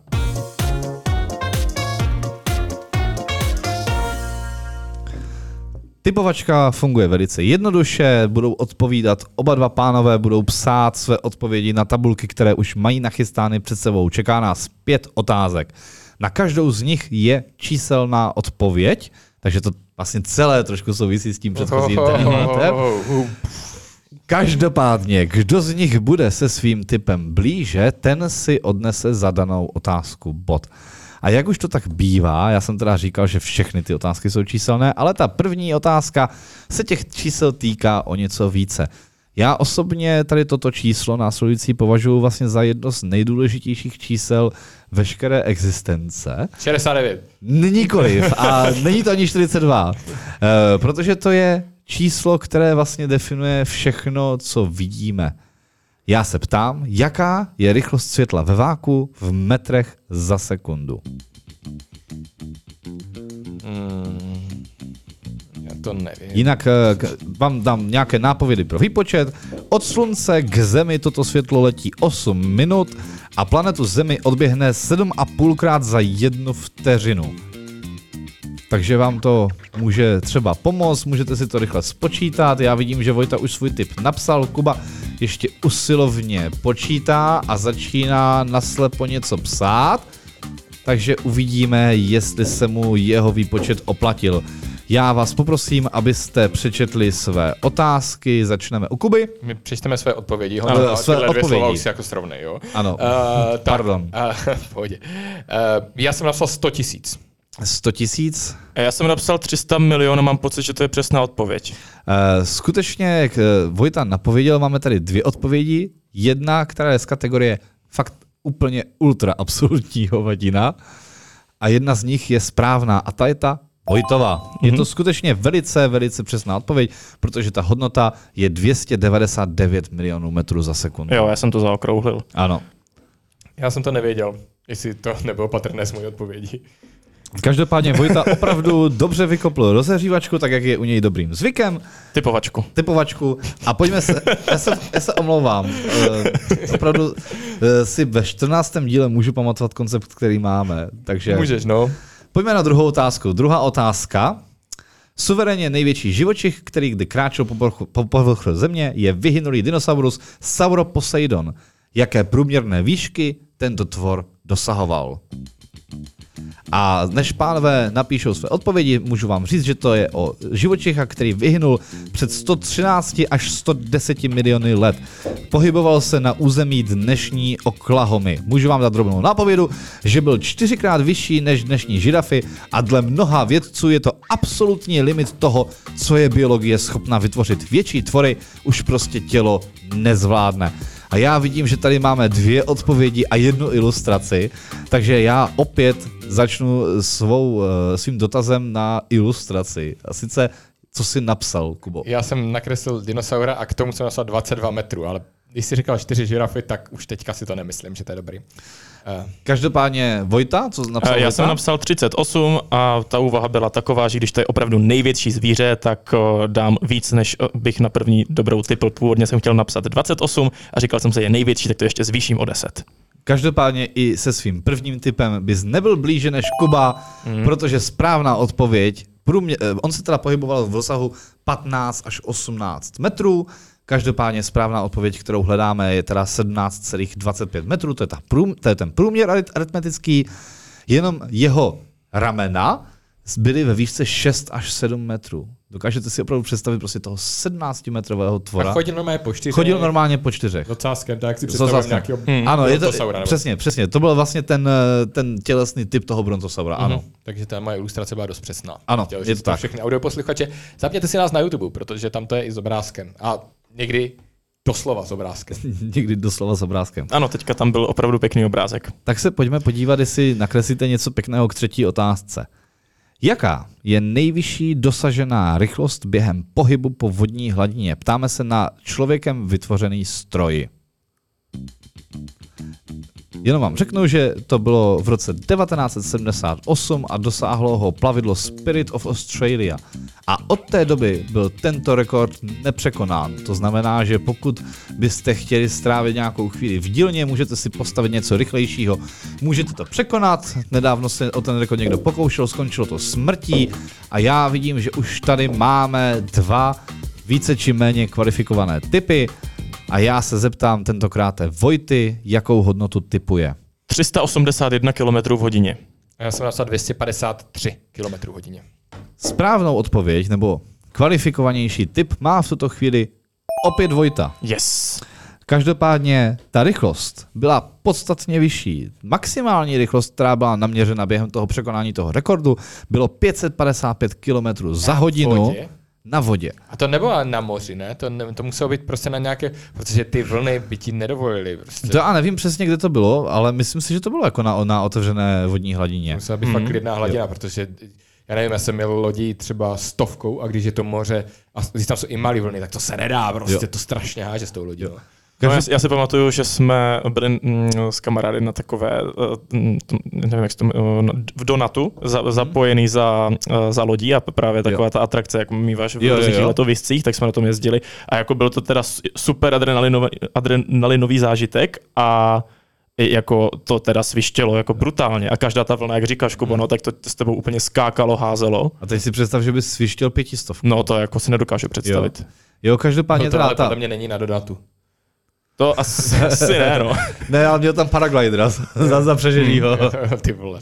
Speaker 1: Typovačka funguje velice jednoduše, budou odpovídat oba dva pánové, budou psát své odpovědi na tabulky, které už mají nachystány před sebou. Čeká nás pět otázek. Na každou z nich je číselná odpověď, takže to vlastně celé trošku souvisí s tím předchozím tématem. Každopádně, kdo z nich bude se svým typem blíže, ten si odnese zadanou otázku bod. A jak už to tak bývá, já jsem teda říkal, že všechny ty otázky jsou číselné, ale ta první otázka se těch čísel týká o něco více. Já osobně tady toto číslo následující považuji vlastně za jedno z nejdůležitějších čísel veškeré existence.
Speaker 2: šedesát devět.
Speaker 1: Nikoliv. A není to ani čtyřicet dva. Uh, protože to je číslo, které vlastně definuje všechno, co vidíme. Já se ptám, jaká je rychlost světla ve váku v metrech za sekundu?
Speaker 2: Hmm, já to nevím.
Speaker 1: Jinak k- vám dám nějaké nápovědy pro výpočet. Od slunce k Zemi toto světlo letí osm minut a planetu Zemi odběhne sedm a půl krát za jednu vteřinu. Takže vám to může třeba pomoct, můžete si to rychle spočítat. Já vidím, že Vojta už svůj tip napsal. Kuba, ještě usilovně počítá a začíná naslepo něco psát, takže uvidíme, jestli se mu jeho výpočet oplatil. Já vás poprosím, abyste přečetli své otázky, začneme u Kuby.
Speaker 2: My přečteme své odpovědi,
Speaker 1: Ano,
Speaker 2: Honza,
Speaker 1: své
Speaker 2: tyhle dvě
Speaker 1: odpovědi.
Speaker 2: slova už si jako srovnej, jo?
Speaker 1: Ano,
Speaker 2: Uh, tak,
Speaker 1: pardon.
Speaker 2: Uh, v pohodě. Uh, já jsem napsal sto tisíc.
Speaker 1: sto tisíc.
Speaker 3: A já jsem napsal tři sta milionů, mám pocit, že to je přesná odpověď.
Speaker 1: Uh, skutečně, jak Vojta napověděl, máme tady dvě odpovědi. Jedna, která je z kategorie fakt úplně ultra absolutní hovadina. A jedna z nich je správná a ta je ta Vojtova. Mm-hmm. Je to skutečně velice, velice přesná odpověď, protože ta hodnota je dvě stě devadesát devět milionů metrů za sekundu.
Speaker 3: Jo, já jsem to zaokrouhlil.
Speaker 1: Ano.
Speaker 2: Já jsem to nevěděl, jestli to nebylo patrné z mojí odpovědi.
Speaker 1: Každopádně Vojta opravdu dobře vykopl rozehřívačku, tak jak je u něj dobrým zvykem.
Speaker 3: Typovačku.
Speaker 1: Typovačku. A pojďme se, já se, já se omlouvám. Uh, opravdu uh, si ve čtrnáctém díle můžu pamatovat koncept, který máme. Takže
Speaker 2: Můžeš, no.
Speaker 1: pojďme na druhou otázku. Druhá otázka. Suverénně největší živočich, který kdy kráčel po povrchu, po povrchu země, je vyhynulý dinosaurus Sauroposeidon. Jaké průměrné výšky tento tvor dosahoval? A než pánové napíšou své odpovědi, můžu vám říct, že to je o živočicha, který vyhynul před sto třináct až sto deset miliony let. Pohyboval se na území dnešní Oklahomy. Můžu vám dát drobnou nápovědu, že byl čtyřikrát vyšší než dnešní žirafy a dle mnoha vědců je to absolutní limit toho, co je biologie schopna vytvořit. Větší tvory už prostě tělo nezvládne. A já vidím, že tady máme dvě odpovědi a jednu ilustraci, takže já opět začnu svou, svým dotazem na ilustraci. A sice, co jsi napsal, Kubo?
Speaker 2: Já jsem nakreslil dinosaura a k tomu jsem napsal dvacet dva metrů, ale když jsi říkal čtyři žirafy, tak už teďka si to nemyslím, že to je dobrý. Uh.
Speaker 1: Každopádně Vojta, co napsal
Speaker 3: Já
Speaker 1: Vojta?
Speaker 3: jsem napsal třicet osm a ta úvaha byla taková, že když to je opravdu největší zvíře, tak dám víc, než bych na první dobrou typl. Původně jsem chtěl napsat dvacet osm a říkal jsem se, je největší, tak to ještě zvýším o deset.
Speaker 1: Každopádně i se svým prvním typem bys nebyl blíže než Kuba, mm. protože správná odpověď, průměr, on se teda pohyboval v rozsahu patnáct až osmnáct metrů, každopádně správná odpověď, kterou hledáme, je teda sedmnáct celá dvacet pět metrů, to je, ta prům, to je ten průměr aritmetický, jenom jeho ramena byly ve výšce šest až sedm metrů. Dokážete si opravdu představit prostě toho sedmnáctimetrového tvora.
Speaker 2: A chodil normálně po čtyřech.
Speaker 1: Chodil normálně po čtyřech.
Speaker 2: S ocáskem, tak jak si
Speaker 1: S
Speaker 2: představím
Speaker 1: ocáskem.
Speaker 2: nějakého
Speaker 1: Hmm. Ano, je to,
Speaker 2: brontosaura, nebo-
Speaker 1: přesně, přesně. To byl vlastně ten, ten tělesný typ toho brontosaura, ano.
Speaker 2: Mhm. Takže ta moje ilustrace byla dost přesná.
Speaker 1: Ano,
Speaker 2: Chtěl
Speaker 1: je
Speaker 2: říct
Speaker 1: to tak.
Speaker 2: Všechny audioposluchače, zapněte si nás na YouTube, protože tam to je i s obrázkem. A někdy doslova s obrázkem.
Speaker 1: Někdy doslova s obrázkem.
Speaker 3: Ano, teďka tam byl opravdu pěkný obrázek.
Speaker 1: Tak se pojďme podívat, jestli nakreslíte něco pěkného k třetí otázce. Jaká je nejvyšší dosažená rychlost během pohybu po vodní hladině? Ptáme se na člověkem vytvořený stroj. Jenom vám řeknu, že to bylo v roce devatenáct set sedmdesát osm a dosáhlo ho plavidlo Spirit of Australia. A od té doby byl tento rekord nepřekonán. To znamená, že pokud byste chtěli strávit nějakou chvíli v dílně, můžete si postavit něco rychlejšího. Můžete to překonat. Nedávno se o ten rekord někdo pokoušel, skončilo to smrtí. A já vidím, že už tady máme dva více či méně kvalifikované typy. A já se zeptám tentokrát Vojty, jakou hodnotu typuje.
Speaker 3: tři sta osmdesát jedna kilometrů v hodině.
Speaker 2: A já jsem napsal dvě stě padesát tři kilometrů v hodině.
Speaker 1: Správnou odpověď nebo kvalifikovanější typ má v tuto chvíli opět Vojta.
Speaker 3: Yes.
Speaker 1: Každopádně ta rychlost byla podstatně vyšší. Maximální rychlost, která byla naměřena během toho překonání toho rekordu, bylo pět set padesát pět kilometrů za hodinu
Speaker 2: vodě?
Speaker 1: na vodě.
Speaker 2: A to nebylo na moři, ne? To, ne, to muselo být prostě na nějaké, protože ty vlny by ti nedovolily. Prostě.
Speaker 1: To já nevím přesně, kde to bylo, ale myslím si, že to bylo jako na, na otevřené vodní hladině.
Speaker 2: Musela být mm. fakt klidná hladina, jo. Protože já nevím, já jsem měl lodí třeba stovkou a když je to moře a když tam jsou i malé vlny, tak to se nedá, prostě jo. To strašně háže s tou lodí. Jo.
Speaker 3: No, já, já si pamatuju, že jsme byli mm, s kamarády na takové, mm, nevím, jak to, v Donatu, za, zapojený za, za lodí a právě taková jo. Ta atrakce, jak míváš v různých letoviscích, tak jsme na tom jezdili a jako byl to teda super adrenalinový, adrenalinový zážitek a jako to teda svištělo jako brutálně a každá ta vlna, jak říkáš, Kubo, no, tak to s tebou úplně skákalo, házelo.
Speaker 1: A teď si představ, že bys svištěl pětistovku.
Speaker 3: No to jako si nedokážu představit.
Speaker 1: Jo, jo každopádně
Speaker 2: no to
Speaker 1: teda
Speaker 2: ale
Speaker 1: ta...
Speaker 2: podle mě není na Donatu.
Speaker 3: To asi, asi ne, no.
Speaker 1: Ne, ale měl tam paraglider za, za přeženýho.
Speaker 2: Ty vole.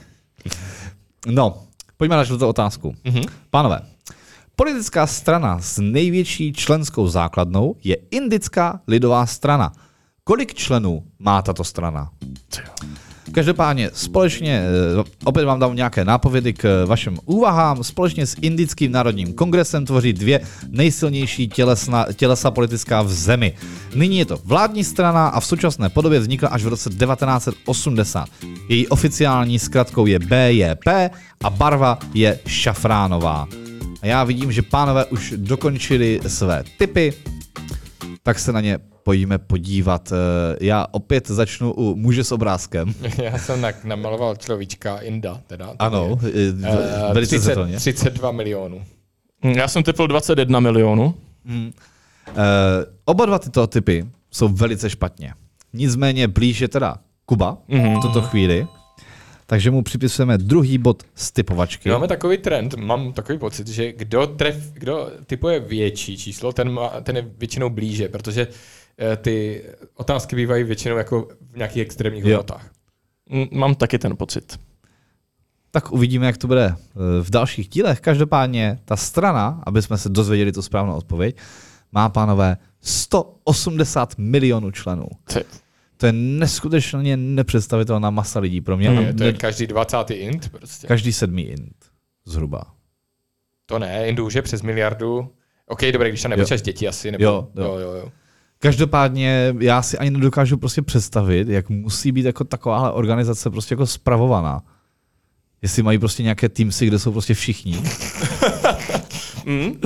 Speaker 1: No, pojďme na čtvrtou otázku.
Speaker 2: Mm-hmm.
Speaker 1: Pánové, politická strana s největší členskou základnou je Indická lidová strana. Kolik členů má tato strana? Každopádně společně, opět vám dám nějaké nápovědy k vašim úvahám, společně s Indickým národním kongresem tvoří dvě nejsilnější tělesna, tělesa politická v zemi. Nyní je to vládní strana a v současné podobě vznikla až v roce devatenáct set osmdesát. Její oficiální zkratkou je B J P a barva je šafránová. A já vidím, že pánové už dokončili své tipy, tak se na ně pojďme podívat. Já opět začnu u muže s obrázkem.
Speaker 2: Já jsem namaloval človíčka Inda, teda.
Speaker 1: Ano,
Speaker 2: uh,
Speaker 1: velice
Speaker 2: třicet,
Speaker 1: zřetelně.
Speaker 2: třicet dva milionů.
Speaker 3: Já jsem typl dvacet jedna milionů.
Speaker 1: Hmm. Uh, oba dva tyto typy jsou velice špatně. Nicméně blíž je teda Kuba mm-hmm. v tuto chvíli, takže mu připisujeme druhý bod z typovačky.
Speaker 2: Máme takový trend, mám takový pocit, že kdo, tref, kdo typuje větší číslo, ten, má, ten je většinou blíže, protože uh, ty otázky bývají většinou jako v nějakých extrémních hodnotách.
Speaker 3: Mám taky ten pocit.
Speaker 1: Tak uvidíme, jak to bude v dalších dílech. Každopádně ta strana, aby jsme se dozvěděli tu správnou odpověď, má, pánové, sto osmdesát milionů členů.
Speaker 3: Ty.
Speaker 1: To je neskutečně nepředstavitelná masa lidí pro mě.
Speaker 2: Je, to je každý dvacátý int prostě.
Speaker 1: Každý sedmý int, zhruba.
Speaker 2: To ne, Indů už je přes miliardu. OK, dobré, když tam nepočítáš děti asi. Nebo...
Speaker 1: Jo, jo.
Speaker 2: Jo, jo, jo.
Speaker 1: Každopádně já si ani nedokážu prostě představit, jak musí být jako takováhle organizace prostě jako spravovaná. Jestli mají prostě nějaké týmsy, kde jsou prostě všichni.
Speaker 2: mm.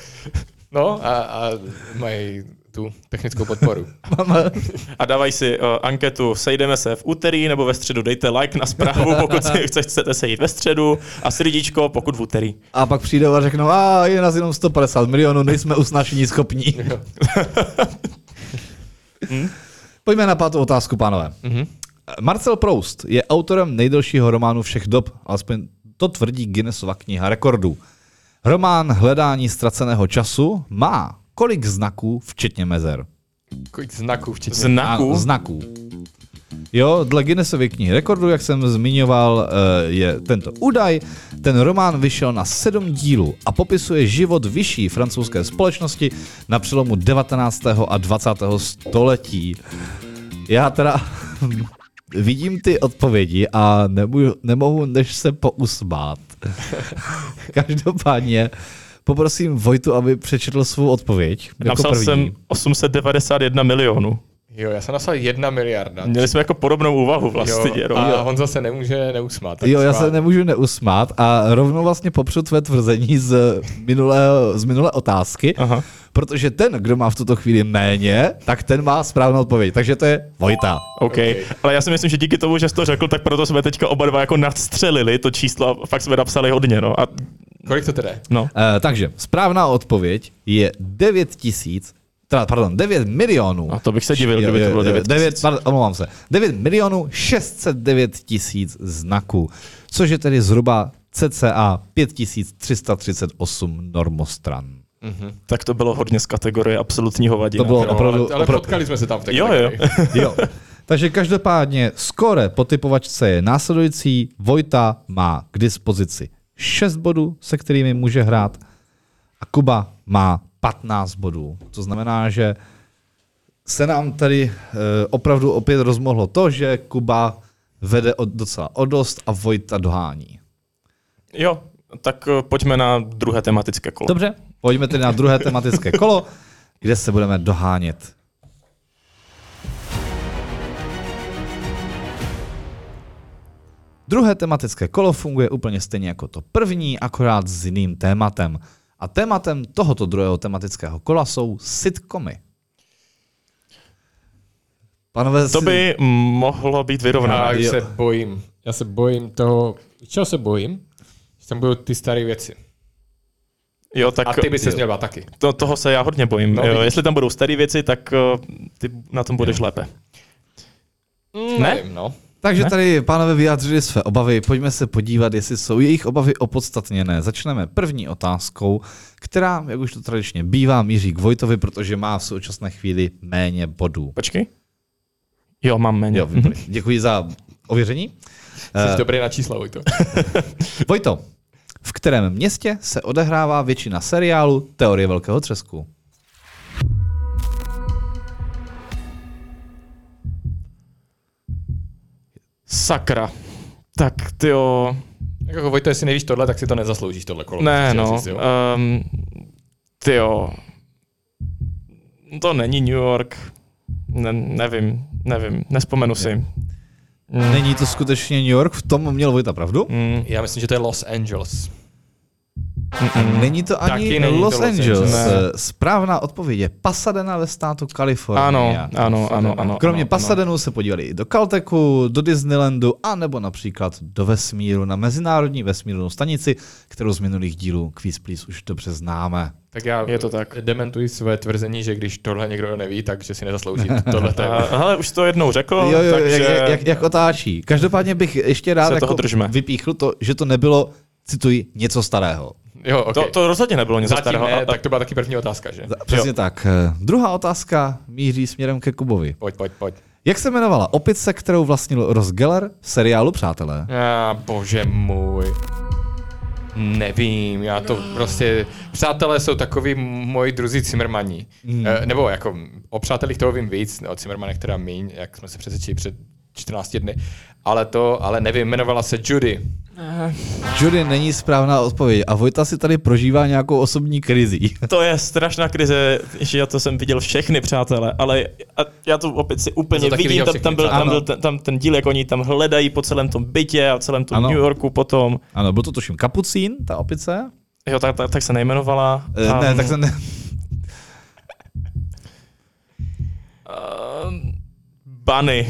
Speaker 2: No a, a mají tu technickou podporu.
Speaker 3: A dávají si uh, anketu, sejdeme se v úterý nebo ve středu, dejte like na zprávu, pokud si chcete sejít ve středu a srdíčko, pokud v úterý.
Speaker 1: A pak přijdou a řeknou, a je nás jenom sto padesát milionů, nejsme usnášení schopní. hmm? Pojďme na pátou otázku, pánové. Mm-hmm. Marcel Proust je autorem nejdelšího románu všech dob, alespoň to tvrdí Guinnessova kniha rekordů. Román Hledání ztraceného času má kolik znaků, včetně mezer?
Speaker 2: Kolik znaků, včetně
Speaker 3: znaků?
Speaker 1: A, znaků. Jo, dle Guinnessovy knihy rekordů, jak jsem zmiňoval, je tento údaj. Ten román vyšel na sedm dílů a popisuje život vyšší francouzské společnosti na přelomu devatenáctého a dvacátého století. Já teda vidím ty odpovědi a nemohu, nemohu než se pousmát. Každopádně poprosím Vojtu, aby přečetl svou odpověď. Jako
Speaker 3: Napsal
Speaker 1: první.
Speaker 3: jsem osm set devadesát jedna milionů.
Speaker 2: Jo, já jsem napsal jedna miliarda.
Speaker 3: Měli jsme jako podobnou úvahu vlastně.
Speaker 2: Jo, a Honza se nemůže neusmát.
Speaker 1: Jo, já se nemůžu neusmát a rovnou vlastně popřu tvé tvrzení z minulé, z minulé otázky, aha. Protože ten, kdo má v tuto chvíli méně, tak ten má správnou odpověď. Takže to je Vojta.
Speaker 3: Okay. OK, ale já si myslím, že díky tomu, že jsi to řekl, tak proto jsme teďka oba dva jako nadstřelili to číslo a fakt jsme napsali hodně. No. A...
Speaker 2: Kolik to teda je?
Speaker 3: No.
Speaker 1: Uh, takže správná odpověď je devět tisíc, teda, pardon, devět milionů.
Speaker 3: A to bych se divil, kdyby to bylo devět tisíc.
Speaker 1: Omlouvám se. devět milionů šest set devět tisíc znaků, což je tedy zhruba cca pět tisíc tři sta třicet osm normostran.
Speaker 3: Mm-hmm. Tak to bylo hodně z kategorie absolutního vadina.
Speaker 1: To bylo
Speaker 2: no,
Speaker 1: opravdu,
Speaker 2: ale, ale
Speaker 1: opravdu...
Speaker 2: potkali jsme se tam v té
Speaker 3: Jo, jo.
Speaker 1: jo. Takže každopádně skóre po typovačce je následující. Vojta má k dispozici šest bodů, se kterými může hrát, a Kuba má patnáct bodů. To znamená, že se nám tady e, opravdu opět rozmohlo to, že Kuba vede od, docela o dost a Vojta dohání.
Speaker 3: Jo, tak uh, pojďme na druhé tematické kolo.
Speaker 1: Dobře, pojďme tedy na druhé tematické kolo, kde se budeme dohánět. Druhé tematické kolo funguje úplně stejně jako to první, akorát s jiným tématem. A tématem tohoto druhého tematického kola jsou sitcomy. Panové,
Speaker 3: to by si... mohlo být vyrovnané.
Speaker 2: Já se bojím. Já se bojím toho, čeho se bojím? Že tam budou ty staré věci.
Speaker 3: Jo, tak,
Speaker 2: a ty by se měl bát taky.
Speaker 3: To, toho se já hodně bojím. No, jo, jestli tam budou staré věci, tak uh, ty na tom budeš jo. lépe.
Speaker 2: Mm, ne? Nevím, no.
Speaker 1: Takže
Speaker 3: Ne?
Speaker 1: tady pánové vyjádřili své obavy, pojďme se podívat, jestli jsou jejich obavy opodstatněné. Začneme první otázkou, která, jak už to tradičně bývá, míří k Vojtovi, protože má v současné chvíli méně bodů.
Speaker 3: Počkej. Jo, mám méně.
Speaker 1: Jo, výborně. Děkuji za ověření.
Speaker 2: Jsi
Speaker 1: Uh,
Speaker 2: dobrý na čísla, Vojto.
Speaker 1: Vojto, v kterém městě se odehrává většina seriálu Teorie velkého třesku?
Speaker 3: Sakra. Tak tyjo.
Speaker 2: Jako Vojto, jestli nevíš tohle, tak si to nezasloužíš tohle kolo.
Speaker 3: Ne,
Speaker 2: Chtěl
Speaker 3: no.
Speaker 2: jsi, jo?
Speaker 3: Um, tyjo. To není New York. Ne, nevím, nevím, nespomenu si. Mm.
Speaker 1: Není to skutečně New York? V tom měl Vojta pravdu?
Speaker 3: Mm.
Speaker 2: Já myslím, že to je Los Angeles.
Speaker 3: Mm-mm.
Speaker 1: Není to ani
Speaker 2: Taky není to
Speaker 1: Los
Speaker 2: Los
Speaker 1: Angeles.
Speaker 3: Angeles.
Speaker 1: Správná odpověď je Pasadena ve státu Kalifornie.
Speaker 3: Ano, ano, ano, ano.
Speaker 1: Kromě
Speaker 3: ano,
Speaker 1: Pasadenu se podívali i do Caltechu, do Disneylandu a nebo například do vesmíru na Mezinárodní vesmírnou stanici, kterou z minulých dílů Quiz Please už dobře známe.
Speaker 2: Tak já
Speaker 3: Je to tak.
Speaker 2: dementuji své tvrzení, že když tohle někdo neví, takže si nezaslouží tohle téma.
Speaker 3: A, hele, už to jednou řekl,
Speaker 1: Jo, jo,
Speaker 3: takže...
Speaker 1: jak, jak, jak otáčí. Každopádně bych ještě rád
Speaker 3: Se
Speaker 1: jako
Speaker 3: toho držme.
Speaker 1: vypíchl to, že to nebylo, cituji, něco starého.
Speaker 2: Jo, okay.
Speaker 3: To, to rozhodně nebylo něco
Speaker 2: Zatím
Speaker 3: starého.
Speaker 2: ne,
Speaker 3: a-
Speaker 2: tak to byla taky první otázka, že?
Speaker 1: Přesně tak. Eh, Druhá otázka míří směrem ke Kubovi.
Speaker 2: Pojď, pojď, pojď.
Speaker 1: Jak se jmenovala opice, kterou vlastnil Ross Geller v seriálu Přátelé?
Speaker 2: A bože můj. Nevím, já to prostě... Přátelé jsou takový moji druzí Cimrmani.
Speaker 1: Mm.
Speaker 2: E, nebo jako o přátelích toho vím víc, o Cimrmanech teda míň, jak jsme se přesvědčili před čtrnácti dny. Ale to, ale nevím, jmenovala se Judy.
Speaker 1: Judy není správná odpověď a Vojta si tady prožívá nějakou osobní krizi.
Speaker 3: To je strašná krize, že já to jsem viděl všechny, přátelé, ale a já to opět si úplně
Speaker 2: To taky
Speaker 3: vidím,
Speaker 2: viděl
Speaker 3: tam,
Speaker 2: všechny,
Speaker 3: tam, byl, tam
Speaker 1: přátelé.
Speaker 3: byl ten, tam ten díl, jak oni tam hledají po celém tom bytě a celém tom
Speaker 1: Ano.
Speaker 3: New Yorku potom.
Speaker 1: Ano, byl to tuším Kapucín, ta opice?
Speaker 3: Jo, tak, tak, tak se nejmenovala.
Speaker 1: E,
Speaker 3: Um,
Speaker 1: ne, tak se ne...
Speaker 3: Um, Bunny.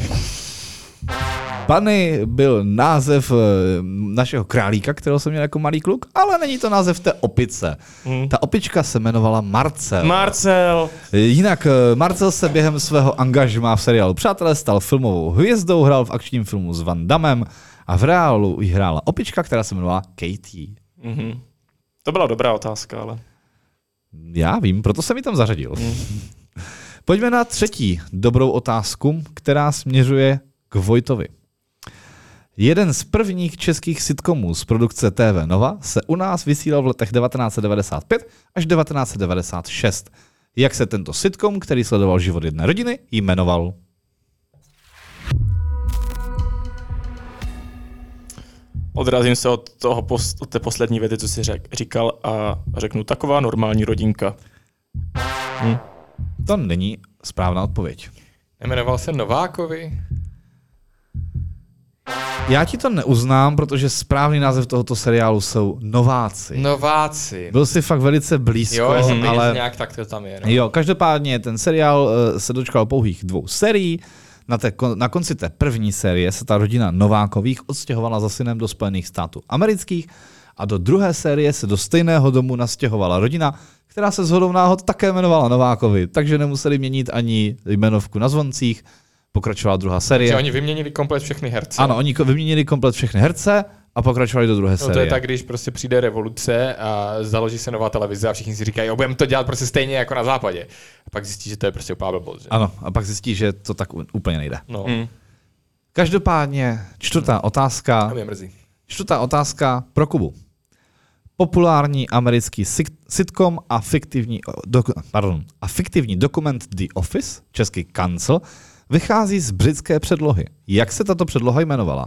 Speaker 1: Bunny byl název eh, našeho králíka, kterého jsem měl jako malý kluk, ale není to název té opice.
Speaker 3: Hmm.
Speaker 1: Ta opička se jmenovala Marcel.
Speaker 3: Marcel.
Speaker 1: Jinak eh, Marcel se během svého angažmá v seriálu Přátelé stal filmovou hvězdou, hrál v akčním filmu s Van Dammem a v reálu jí hrála opička, která se jmenovala Katie.
Speaker 3: Mm-hmm. To byla dobrá otázka, ale...
Speaker 1: Já vím, proto jsem ji tam zařadil.
Speaker 3: Mm.
Speaker 1: Pojďme na třetí dobrou otázku, která směřuje k Vojtovi. Jeden z prvních českých sitcomů z produkce T V Nova se u nás vysílal v letech devatenáct set devadesát pět až devatenáct set devadesát šest. Jak se tento sitcom, který sledoval život jedné rodiny, jmenoval?
Speaker 3: Odrazím se od, toho, pos- od té poslední věty, co jsi řek, říkal a řeknu taková normální rodinka. Hm.
Speaker 1: To není správná odpověď.
Speaker 2: Jmenoval se Novákovi.
Speaker 1: Já ti to neuznám, protože správný název tohoto seriálu jsou Nováci.
Speaker 2: Nováci.
Speaker 1: Byl si fakt velice blízko,
Speaker 2: Jo, já jsem
Speaker 1: ale...
Speaker 2: ale... nějak tak to tam je. No.
Speaker 1: Jo, každopádně ten seriál uh, se dočkal pouhých dvou sérií. Na, té, na konci té první série se ta rodina Novákových odstěhovala za synem do Spojených států amerických a do druhé série se do stejného domu nastěhovala rodina, která se shodou náhod také jmenovala Novákovi, takže nemuseli měnit ani jmenovku na zvoncích. Pokračovala druhá série.
Speaker 2: Že oni vyměnili komplet všechny herce.
Speaker 1: Ano, oni ko- vyměnili komplet všechny herce a pokračovali do druhé
Speaker 2: No,
Speaker 1: série.
Speaker 2: to je tak, když prostě přijde revoluce a založí se nová televize a všichni si říkají, jo, budeme to dělat prostě stejně jako na západě. A pak zjistí, že to je prostě úplná blbost. Že?
Speaker 1: Ano, a pak zjistí, že to tak u- úplně nejde.
Speaker 2: No,
Speaker 3: Hm.
Speaker 1: Každopádně čtvrtá otázka.
Speaker 2: to mě mrzí.
Speaker 1: Čtvrtá otázka pro Kubu. Populární americký sit- sitcom a fiktivní, doku, pardon, a fiktivní dokument The Office, český Kancel, vychází z britské předlohy. Jak se tato předloha jmenovala?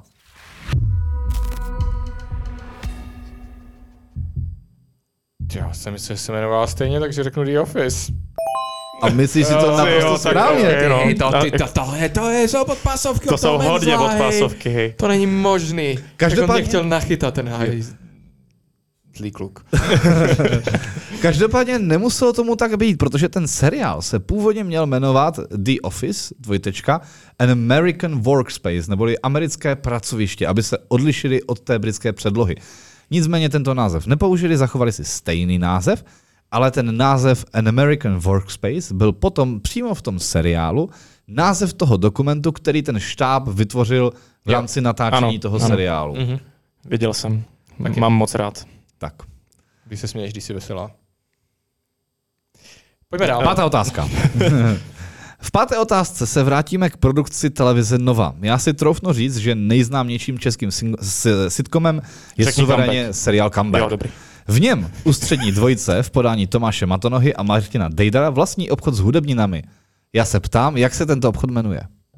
Speaker 2: Já jsem myslel, že se jmenovala stejně, takže řeknu The Office.
Speaker 1: A myslíš si to
Speaker 3: Jo,
Speaker 1: naprosto
Speaker 3: jo, tak
Speaker 1: správně?
Speaker 3: ok, no.
Speaker 2: Hej, to,
Speaker 3: A-
Speaker 2: ty, to, tohle, to je, jsou podpásovky.
Speaker 3: To jsou hodně podpásovky, hej.
Speaker 2: To není možný.
Speaker 1: Každopádně-
Speaker 2: Každopádně... Jak on mě chtěl nachytat ten haj. Zlý kluk.
Speaker 1: Každopádně nemuselo tomu tak být, protože ten seriál se původně měl jmenovat The Office, dvojtečka, An American Workspace, neboli americké pracoviště, aby se odlišili od té britské předlohy. Nicméně tento název nepoužili, zachovali si stejný název ale ten název An American Workspace byl potom přímo v tom seriálu název toho dokumentu, který ten štáb vytvořil v rámci natáčení ano, toho ano. seriálu.
Speaker 3: Mm-hmm. Viděl jsem. Taky. Mám moc rád.
Speaker 1: Tak.
Speaker 2: Když se směješ, když jsi veselá. Pojďme dál.
Speaker 1: Pátá otázka. V páté otázce se vrátíme k produkci televize Nova. Já si troufnu říct, že nejznámějším českým sitcomem je
Speaker 3: Řekni
Speaker 1: suverénně
Speaker 3: comeback.
Speaker 1: seriál Comeback.
Speaker 3: Jo, dobrý.
Speaker 1: V něm ústřední dvojice v podání Tomáše Matonohy a Martina Dejdara vlastní obchod s hudebninami. Já se ptám, jak se tento obchod jmenuje.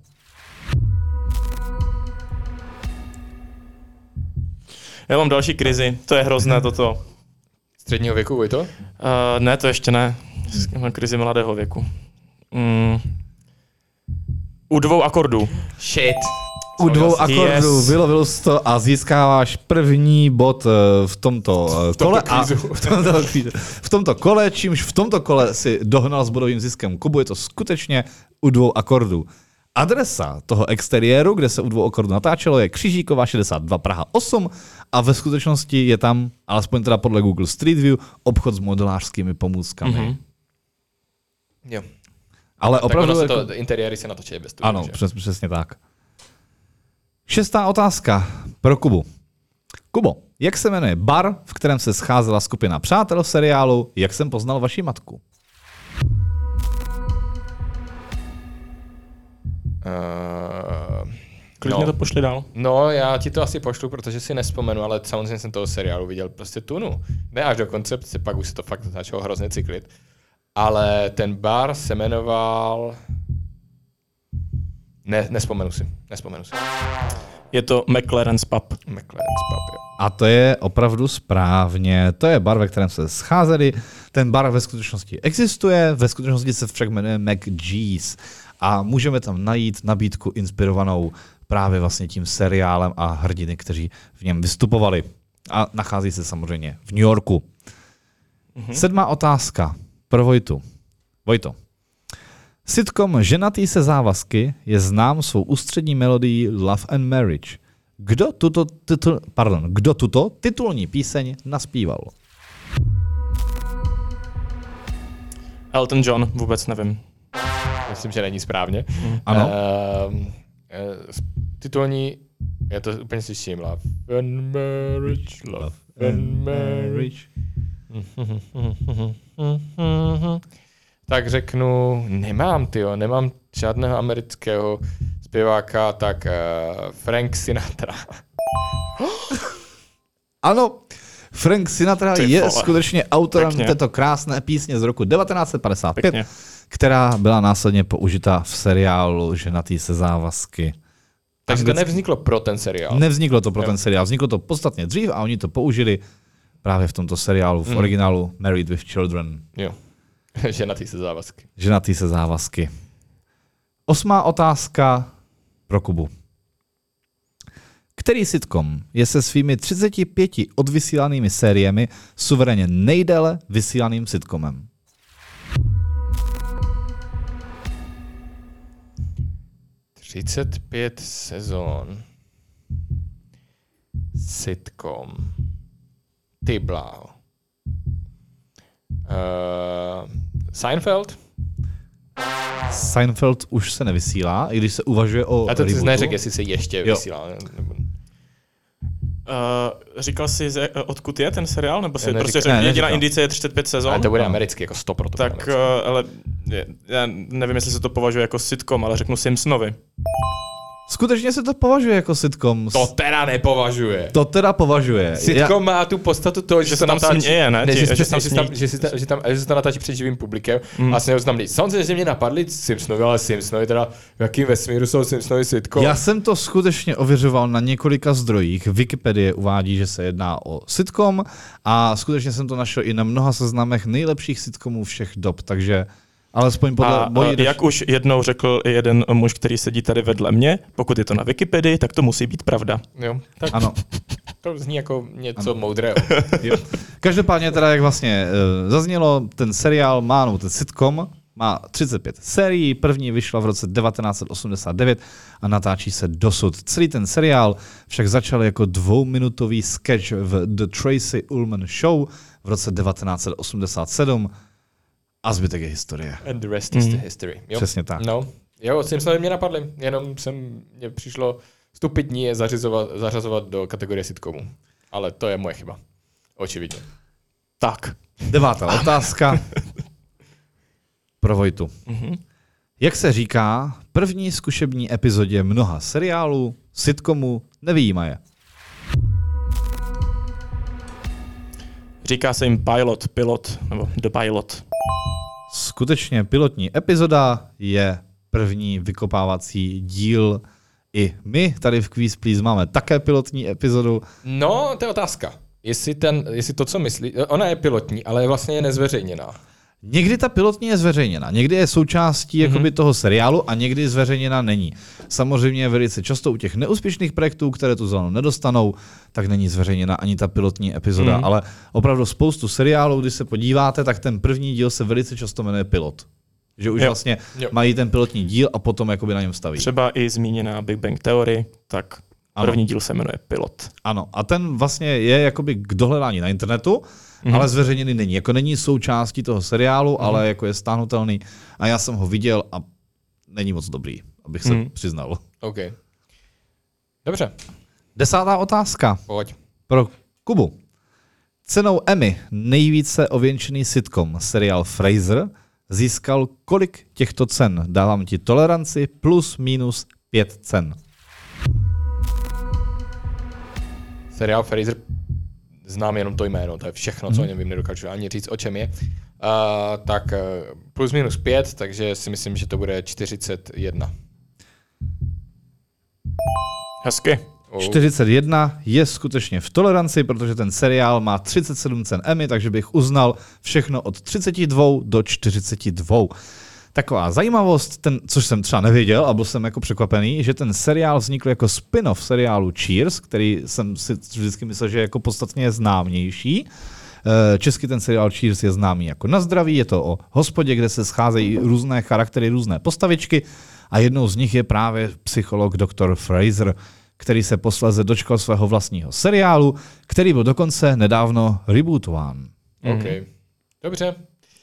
Speaker 3: Já mám další krizi, to je hrozné toto.
Speaker 2: Středního věku, Vojto?
Speaker 3: Uh, ne, to ještě ne. Mám krizi mladého věku. Mm. U dvou akordů.
Speaker 2: Shit.
Speaker 1: U dvou akordů
Speaker 3: yes.
Speaker 1: vylovil jsi to a získáváš první bod v tomto
Speaker 2: v
Speaker 1: kole.
Speaker 2: tomto
Speaker 1: A v, tomto, v tomto kole, čímž v tomto kole si dohnal s bodovým ziskem Kubu, je to skutečně u dvou akordů. Adresa toho exteriéru, kde se u dvou akordů natáčelo, je Křižíková šedesát dva Praha osm a ve skutečnosti je tam, alespoň teda podle Google Street View, obchod s modelářskými pomůckami. Mm-hmm.
Speaker 2: Jo.
Speaker 1: Ale opravdu
Speaker 2: tak ono
Speaker 1: jako...
Speaker 2: se to, interiéry se natočí bez toho.
Speaker 1: Ano, přes, přesně tak. Šestá otázka pro Kubu. Kubo, jak se jmenuje bar, v kterém se scházela skupina přátel v seriálu Jak jsem poznal vaši matku?
Speaker 2: Uh,
Speaker 3: Klidně
Speaker 2: no.
Speaker 3: to pošli dál.
Speaker 2: No, já ti to asi pošlu, protože si nespomenu, ale samozřejmě jsem toho seriálu viděl prostě tunu. Ne až do koncepce, pak už se to fakt začalo hrozně cyklit. Ale ten bar se jmenoval... Ne, nespomenu si, nespomenu si.
Speaker 3: Je to McLaren's Pub.
Speaker 2: McLaren's Pub, jo.
Speaker 1: A to je opravdu správně. To je bar, ve kterém se scházeli. Ten bar ve skutečnosti existuje, ve skutečnosti se však jmenuje McGee's. A můžeme tam najít nabídku inspirovanou právě vlastně tím seriálem a hrdiny, kteří v něm vystupovali. A nachází se samozřejmě v New Yorku. Mm-hmm. Sedmá otázka pro Vojtu. Vojto. Sitcom Ženatý se závazky je znám svou ústřední melodií Love and Marriage. Kdo tuto, titul, pardon, kdo tuto titulní píseň naspíval?
Speaker 3: Elton John, vůbec nevím.
Speaker 2: Myslím, že není správně.
Speaker 1: Mm. Ano.
Speaker 2: Uh, uh, titulní, já to úplně slyším. Love and Marriage, Love and Marriage. Tak řeknu, nemám, tyjo, nemám žádného amerického zpěváka, tak uh, Frank Sinatra.
Speaker 1: Ano, Frank Sinatra
Speaker 3: Ty
Speaker 1: je
Speaker 3: vole.
Speaker 1: skutečně autorem
Speaker 3: Pěkně.
Speaker 1: této krásné písně z roku devatenáct set padesát pět,
Speaker 3: Pěkně.
Speaker 1: která byla následně použita v seriálu Ženatý se závazky.
Speaker 2: Takže to
Speaker 1: Anglicky-
Speaker 2: nevzniklo pro ten seriál.
Speaker 1: Nevzniklo to pro
Speaker 2: Jo.
Speaker 1: ten seriál, vzniklo to podstatně dřív a oni to použili právě v tomto seriálu, v
Speaker 2: Mm.
Speaker 1: originálu Married with Children.
Speaker 2: Jo. Ženatý se závazky.
Speaker 1: Ženatý se závazky. Osmá otázka pro Kubu. Který sitcom je se svými třiceti pěti odvysílanými sériemi suverénně nejdéle vysílaným sitcomem?
Speaker 2: třicet pět sezon. Sitcom. Ty bláho. Uh, Seinfeld?
Speaker 1: Seinfeld už se nevysílá, i když se uvažuje o
Speaker 2: A to ty jsi
Speaker 1: rebootu.
Speaker 2: neřekl, jestli se ještě
Speaker 1: Jo.
Speaker 2: vysílá. Nebo...
Speaker 3: Uh, říkal jsi, ze, odkud je ten seriál? Nebo si
Speaker 2: Já
Speaker 3: prostě
Speaker 2: neříkal.
Speaker 3: řekl,
Speaker 1: Ne,
Speaker 3: jediná
Speaker 1: neříkal.
Speaker 3: indicie je třicet pět sezon?
Speaker 2: Ale to bude
Speaker 1: No.
Speaker 2: americký, jako sto procent.
Speaker 3: Tak, uh, ale je, já nevím, jestli se to považuje jako sitcom, ale řeknu Simpsonovi.
Speaker 1: Skutečně se to považuje jako sitcom.
Speaker 2: To teda nepovažuje.
Speaker 1: To teda považuje.
Speaker 2: Sitcom má tu podstatu toho, že,
Speaker 3: Že
Speaker 2: se
Speaker 3: se tam
Speaker 2: natáčí,
Speaker 3: směje, ne? Ti-
Speaker 2: že,
Speaker 3: že
Speaker 2: že,
Speaker 3: se tam
Speaker 2: že, se tam,
Speaker 3: smějí.
Speaker 2: že, si ta- že, tam, že se to natáčí před živým publikem
Speaker 3: Mm.
Speaker 2: a se tam lidi. Samozřejmě, že mě napadli Simpsonovi, ale Simpsonovi teda v jakým vesmíru jsou Simpsonovi sitcom.
Speaker 1: Já jsem to skutečně ověřoval na několika zdrojích. Wikipedie uvádí, že se jedná o sitcom a skutečně jsem to našel i na mnoha seznamech nejlepších sitcomů všech dob, takže alespoň podle
Speaker 3: A
Speaker 1: mojí
Speaker 3: uh, jak už jednou řekl jeden muž, který sedí tady vedle mě, pokud je to na Wikipedii, tak to musí být pravda.
Speaker 2: Jo, tak
Speaker 1: Ano.
Speaker 2: to zní jako něco
Speaker 1: Ano.
Speaker 2: moudrého.
Speaker 1: Jo. Každopádně teda, jak vlastně uh, zaznělo, ten seriál má, no ten sitcom má třicet pět sérií, první vyšla v roce devatenáct set osmdesát devět a natáčí se dosud. Celý ten seriál však začal jako dvouminutový sketch v The Tracy Ullman Show v roce devatenáct set osmdesát sedm a zbytek je historie.
Speaker 2: And the rest is the history. Jo?
Speaker 1: Přesně tak.
Speaker 2: No, jo, s tím jsme mě napadli, jenom jsem, mě přišlo stupidní je zařizovat, zařazovat do kategorie sitcomu. Ale to je moje chyba. Očividně.
Speaker 3: Tak.
Speaker 1: Devátá otázka pro Vojtu.
Speaker 3: Mm-hmm.
Speaker 1: Jak se říká první zkušební epizodě mnoha seriálů, sitcomu, nevyjímaje?
Speaker 3: Říká se jim pilot, pilot, nebo the pilot.
Speaker 1: Skutečně pilotní epizoda je první vykopávací díl. I my tady v Quiz Please máme také pilotní epizodu.
Speaker 2: No, to je otázka. Jestli, ten, jestli to, co myslí, ona je pilotní, ale vlastně je nezveřejněná.
Speaker 1: Někdy ta pilotní je zveřejněna, někdy je součástí mm-hmm. jakoby toho seriálu a někdy zveřejněna není. Samozřejmě velice často u těch neúspěšných projektů, které tu zónu nedostanou, tak není zveřejněna ani ta pilotní epizoda, mm-hmm. ale opravdu spoustu seriálů, když se podíváte, tak ten první díl se velice často jmenuje pilot. Že už jo. vlastně jo. mají ten pilotní díl a potom jakoby na něm staví.
Speaker 3: Třeba i zmíněná Big Bang Theory, tak první ano. díl se jmenuje pilot.
Speaker 1: Ano, a ten vlastně je jakoby k dohledání na internetu, mm-hmm. ale zveřejněný není. Jako není součástí toho seriálu, mm-hmm. ale jako je stáhnutelný. A já jsem ho viděl a není moc dobrý, abych se mm-hmm. přiznal.
Speaker 2: OK. Dobře.
Speaker 1: Desátá otázka.
Speaker 2: Pojď.
Speaker 1: Pro Kubu. Cenou Emmy nejvíce ověnčený sitcom seriál Frasier získal kolik těchto cen? Dávám ti toleranci plus minus pět cen.
Speaker 2: Seriál Frasier znám jenom to jméno, to je všechno, co o něm vím, nedokážu ani říct, o čem je. Uh, tak uh, plus minus pět, takže si myslím, že to bude čtyřicet jedna.
Speaker 3: Hezky.
Speaker 2: Oh.
Speaker 1: čtyřicet jedna je skutečně v toleranci, protože ten seriál má třicet sedm cen Emmy, takže bych uznal všechno od třicet dva do čtyřicet dva. Taková zajímavost, ten, což jsem třeba nevěděl a byl jsem jako překvapený, že ten seriál vznikl jako spin-off seriálu Cheers, který jsem si vždycky myslel, že je jako podstatně známější. Česky ten seriál Cheers je známý jako Na zdraví, je to o hospodě, kde se scházejí různé charaktery, různé postavičky a jednou z nich je právě psycholog doktor Frasier, který se posléze dočkal svého vlastního seriálu, který byl dokonce nedávno rebootován.
Speaker 2: OK. Dobře.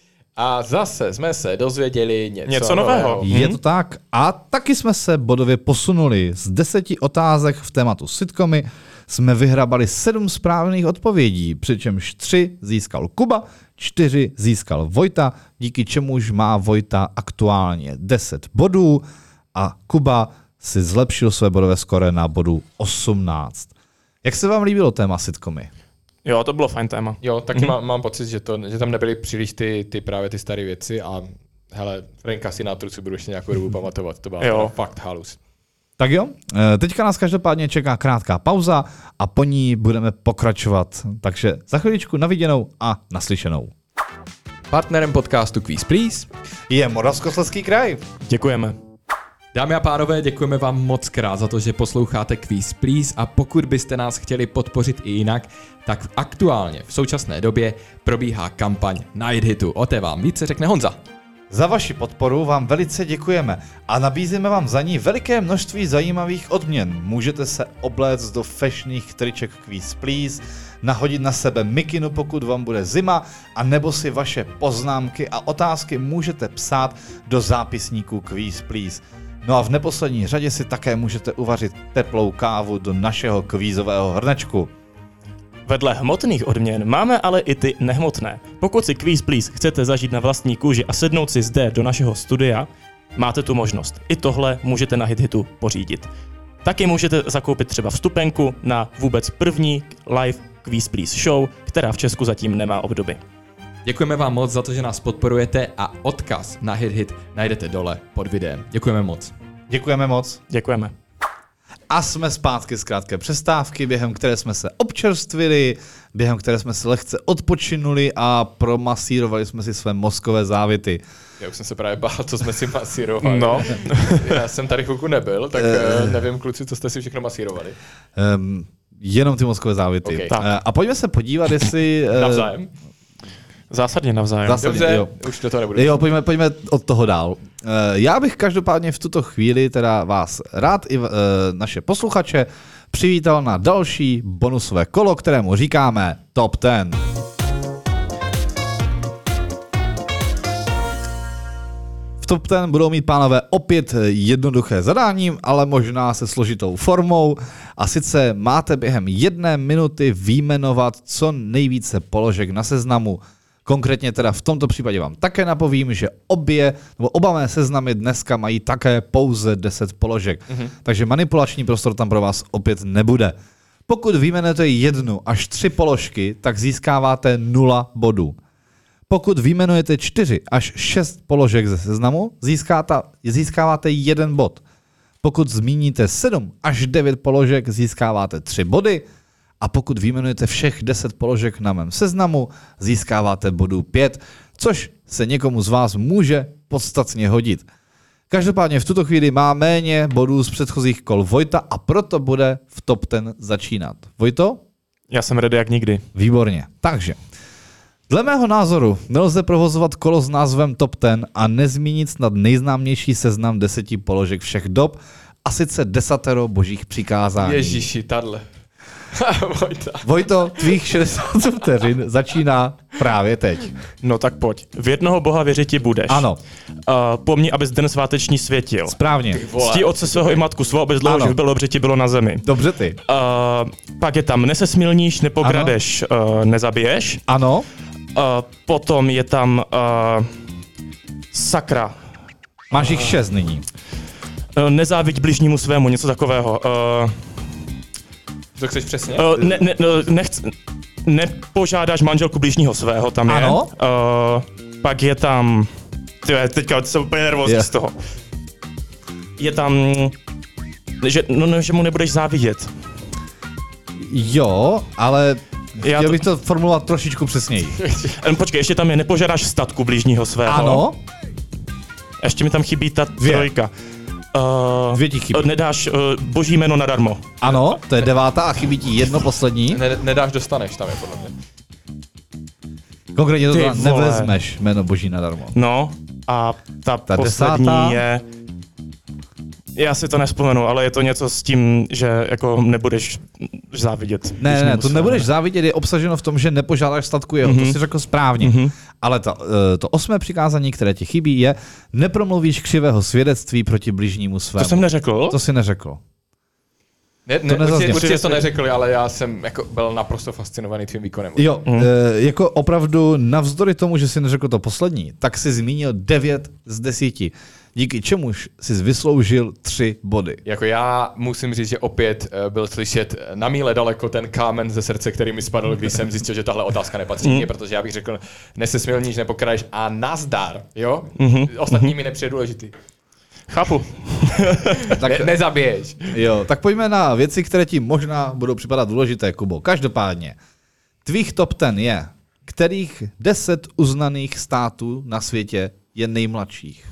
Speaker 2: A zase jsme se dozvěděli něco,
Speaker 3: něco nového. nového.
Speaker 1: Je to tak. A taky jsme se bodově posunuli. Z deseti otázek v tématu sitcomy jsme vyhrabali sedm správných odpovědí, přičemž tři získal Kuba, čtyři získal Vojta, díky čemuž má Vojta aktuálně deset bodů a Kuba si zlepšil své bodové skóre na bodu osmnáct. Jak se vám líbilo téma sitcomy?
Speaker 3: Jo, to bylo fajn téma.
Speaker 2: Jo, taky mm-hmm. mám, mám pocit, že, to, že tam nebyly příliš ty, ty právě ty staré věci a hele, Franka Sinatru si budu ještě nějakou dobu pamatovat. To byla jo. fakt halus.
Speaker 1: Tak jo, teďka nás každopádně čeká krátká pauza a po ní budeme pokračovat. Takže za chviličku na viděnou a naslyšenou.
Speaker 2: Partnerem podcastu Quiz Please
Speaker 1: je Moravskoslezský kraj.
Speaker 3: Děkujeme.
Speaker 4: Dámy a pánové, děkujeme vám moc krát za to, že posloucháte Quiz Please a pokud byste nás chtěli podpořit i jinak, tak aktuálně v současné době probíhá kampaň Night Hitu. O té vám více řekne Honza.
Speaker 1: Za vaši podporu vám velice děkujeme a nabízíme vám za ní veliké množství zajímavých odměn. Můžete se obléct do fashionných triček Quiz Please, nahodit na sebe mikinu, pokud vám bude zima, a nebo si vaše poznámky a otázky můžete psát do zápisníku Quiz Please. No a v neposlední řadě si také můžete uvařit teplou kávu do našeho kvízového hrnečku.
Speaker 3: Vedle hmotných odměn máme ale i ty nehmotné. Pokud si Quiz Please chcete zažít na vlastní kůži a sednout si zde do našeho studia, máte tu možnost. I tohle můžete na HitHitu pořídit. Taky můžete zakoupit třeba vstupenku na vůbec první live Quiz Please show, která v Česku zatím nemá obdoby.
Speaker 4: Děkujeme vám moc za to, že nás podporujete a odkaz na HitHit najdete dole pod videem. Děkujeme moc.
Speaker 1: Děkujeme moc.
Speaker 3: Děkujeme.
Speaker 1: A jsme zpátky z krátké přestávky, během které jsme se občerstvili, během které jsme se lehce odpočinuli a promasírovali jsme si své mozkové závity.
Speaker 2: Já už jsem se právě bál, co jsme si masírovali.
Speaker 3: No.
Speaker 2: Já jsem tady chvilku nebyl, tak nevím, kluci, co jste si všechno masírovali.
Speaker 1: Um, jenom ty mozkové závity.
Speaker 2: Okay.
Speaker 1: A pojďme se podívat, jestli...
Speaker 2: Navzájem.
Speaker 3: Zásadně navzájem.
Speaker 1: Zásadně,
Speaker 2: Dobře,
Speaker 1: jo.
Speaker 2: už do toho nebudu.
Speaker 1: Jo, pojďme, pojďme od toho dál. Já bych každopádně v tuto chvíli teda vás rád i naše posluchače přivítal na další bonusové kolo, kterému říkáme Top deset. V Top deset budou mít pánové opět jednoduché zadání, ale možná se složitou formou. A sice máte během jedné minuty vyjmenovat co nejvíce položek na seznamu. Konkrétně teda v tomto případě vám také napovím, že obě, nebo oba mé seznamy dneska mají také pouze deset položek. Mm-hmm. Takže manipulační prostor tam pro vás opět nebude. Pokud vyjmenujete jednu až tři položky, tak získáváte nula bodů. Pokud vyjmenujete čtyři až šest položek ze seznamu, získáte, získáváte jeden bod. Pokud zmíníte sedm až devět položek, získáváte tři body. A pokud vyjmenujete všech deset položek na mém seznamu, získáváte bodů pět, což se někomu z vás může podstatně hodit. Každopádně v tuto chvíli má méně bodů z předchozích kol Vojta a proto bude v Top deset začínat. Vojto?
Speaker 3: Já jsem ready jak nikdy.
Speaker 1: Výborně. Takže, dle mého názoru nelze provozovat kolo s názvem Top deset a nezmínit snad nejznámější seznam deseti položek všech dob, a sice desatero božích přikázání.
Speaker 2: Ježíši, tadle. Vojta.
Speaker 1: Vojto, tvých šedesát vteřin začíná právě teď.
Speaker 3: No tak pojď. V jednoho boha věřiti budeš.
Speaker 1: Ano.
Speaker 3: Uh, pomni, abys den sváteční světil.
Speaker 1: Správně.
Speaker 3: Ctí otce svého i matku svou, abys dlouho živ byl, dobře ti bylo na zemi.
Speaker 1: Dobře ty.
Speaker 3: Uh, pak je tam nesesmilníš, nepokradeš, uh, nezabiješ.
Speaker 1: Ano.
Speaker 3: Uh, potom je tam uh, sakra.
Speaker 1: Máš jich šest nyní.
Speaker 3: Uh, nezáviď bližnímu svému, něco takového. Uh,
Speaker 2: To chceš přesně?
Speaker 3: Uh, ne, ne, nechc, nepožádáš manželku blížního svého, tam je.
Speaker 1: Ano.
Speaker 3: Uh, pak je tam... Tyhle, teďka jsem úplně nervózní
Speaker 1: je.
Speaker 3: z toho. Je tam... Že, no, no, že mu nebudeš závidět.
Speaker 1: Jo, ale
Speaker 3: Já
Speaker 1: chtěl
Speaker 3: to-
Speaker 1: bych to formulovat trošičku přesněji.
Speaker 3: Um, počkej, ještě tam je nepožádáš statku blížního svého.
Speaker 1: Ano.
Speaker 3: Ještě mi tam chybí ta
Speaker 1: Dvě.
Speaker 3: trojka. Uh,
Speaker 1: Dvě ti chybí.
Speaker 3: Nedáš uh, boží jméno nadarmo.
Speaker 1: Ano, to je devátá a chybí ti jedno poslední.
Speaker 2: Ne, nedáš, dostaneš, tam je podle mě.
Speaker 1: Konkrétně to
Speaker 3: Ty
Speaker 1: teda
Speaker 3: vole.
Speaker 1: nevezmeš jméno boží nadarmo.
Speaker 3: No, a ta,
Speaker 1: Ta
Speaker 3: poslední
Speaker 1: desátá?
Speaker 3: je... Já si to nespomenu, ale je to něco s tím, že jako nebudeš závidět.
Speaker 1: Ne, ne,
Speaker 3: bližnímu
Speaker 1: to
Speaker 3: svému.
Speaker 1: nebudeš závidět, je obsaženo v tom, že nepožádáš statku jeho, mm-hmm. to si řekl správně. Mm-hmm. Ale ta, eh, to osmé přikázání, které ti chybí, je nepromluvíš křivého svědectví proti bližnímu svému.
Speaker 3: To jsem neřekl.
Speaker 1: To si neřekl.
Speaker 2: Ne, ne,
Speaker 1: nezaznělo.
Speaker 2: určitě, určitě to neřekli, ale já jsem jako byl naprosto fascinovaný tvým výkonem.
Speaker 1: Jo, mm. e, jako opravdu navzdory tomu, že jsi neřekl to poslední, tak jsi zmínil devět z deseti. Díky čemuž jsi vysloužil tři body.
Speaker 2: Jako já musím říct, že opět uh, byl slyšet na míle daleko ten kámen ze srdce, který mi spadl, když jsem zjistil, že tahle otázka nepatří
Speaker 3: Mm.
Speaker 2: mně, protože já bych řekl, nesesmilníš, nepokraješ a nazdar, jo?
Speaker 3: Mhm.
Speaker 2: Ostatní mi nepřijde důležitý.
Speaker 3: Chápu.
Speaker 1: Tak,
Speaker 2: Ne, nezabiješ.
Speaker 1: jo, tak pojďme na věci, které ti možná budou připadat důležité, Kubo. Každopádně, tvých top ten je, kterých deset uznaných států na světě je nejmladších.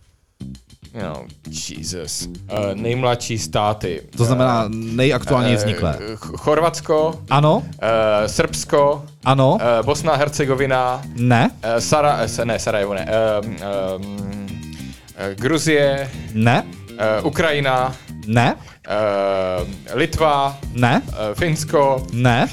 Speaker 2: No, Jesus. Uh, nejmladší státy.
Speaker 1: To znamená nejaktuálněji
Speaker 2: Eh,
Speaker 1: vzniklé.
Speaker 2: Ch- Chorvatsko,
Speaker 1: Ano,
Speaker 2: uh, Srbsko,
Speaker 1: ano,
Speaker 2: uh, Bosna a Hercegovina,
Speaker 1: ne,
Speaker 2: uh, Sara, uh, ne, Sarajevo, ne, uh, um, uh, Gruzie,
Speaker 1: ne,
Speaker 2: uh, Ukrajina,
Speaker 1: ne,
Speaker 2: uh, Litva,
Speaker 1: ne,
Speaker 2: uh, Finsko,
Speaker 1: ne,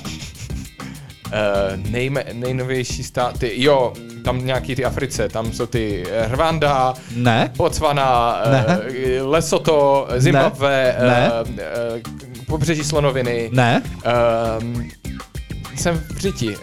Speaker 2: uh, nejme, nejnovější státy, jo, tam nějaký ty Africe, tam jsou ty uh, Rwanda,
Speaker 1: ne,
Speaker 2: Botswana,
Speaker 1: Ne.
Speaker 2: uh, Lesotho, Zimbabwe,
Speaker 1: Ne.
Speaker 2: uh, uh, pobřeží Slonoviny.
Speaker 1: ne,
Speaker 2: Um, jsem v Břiti. Uh,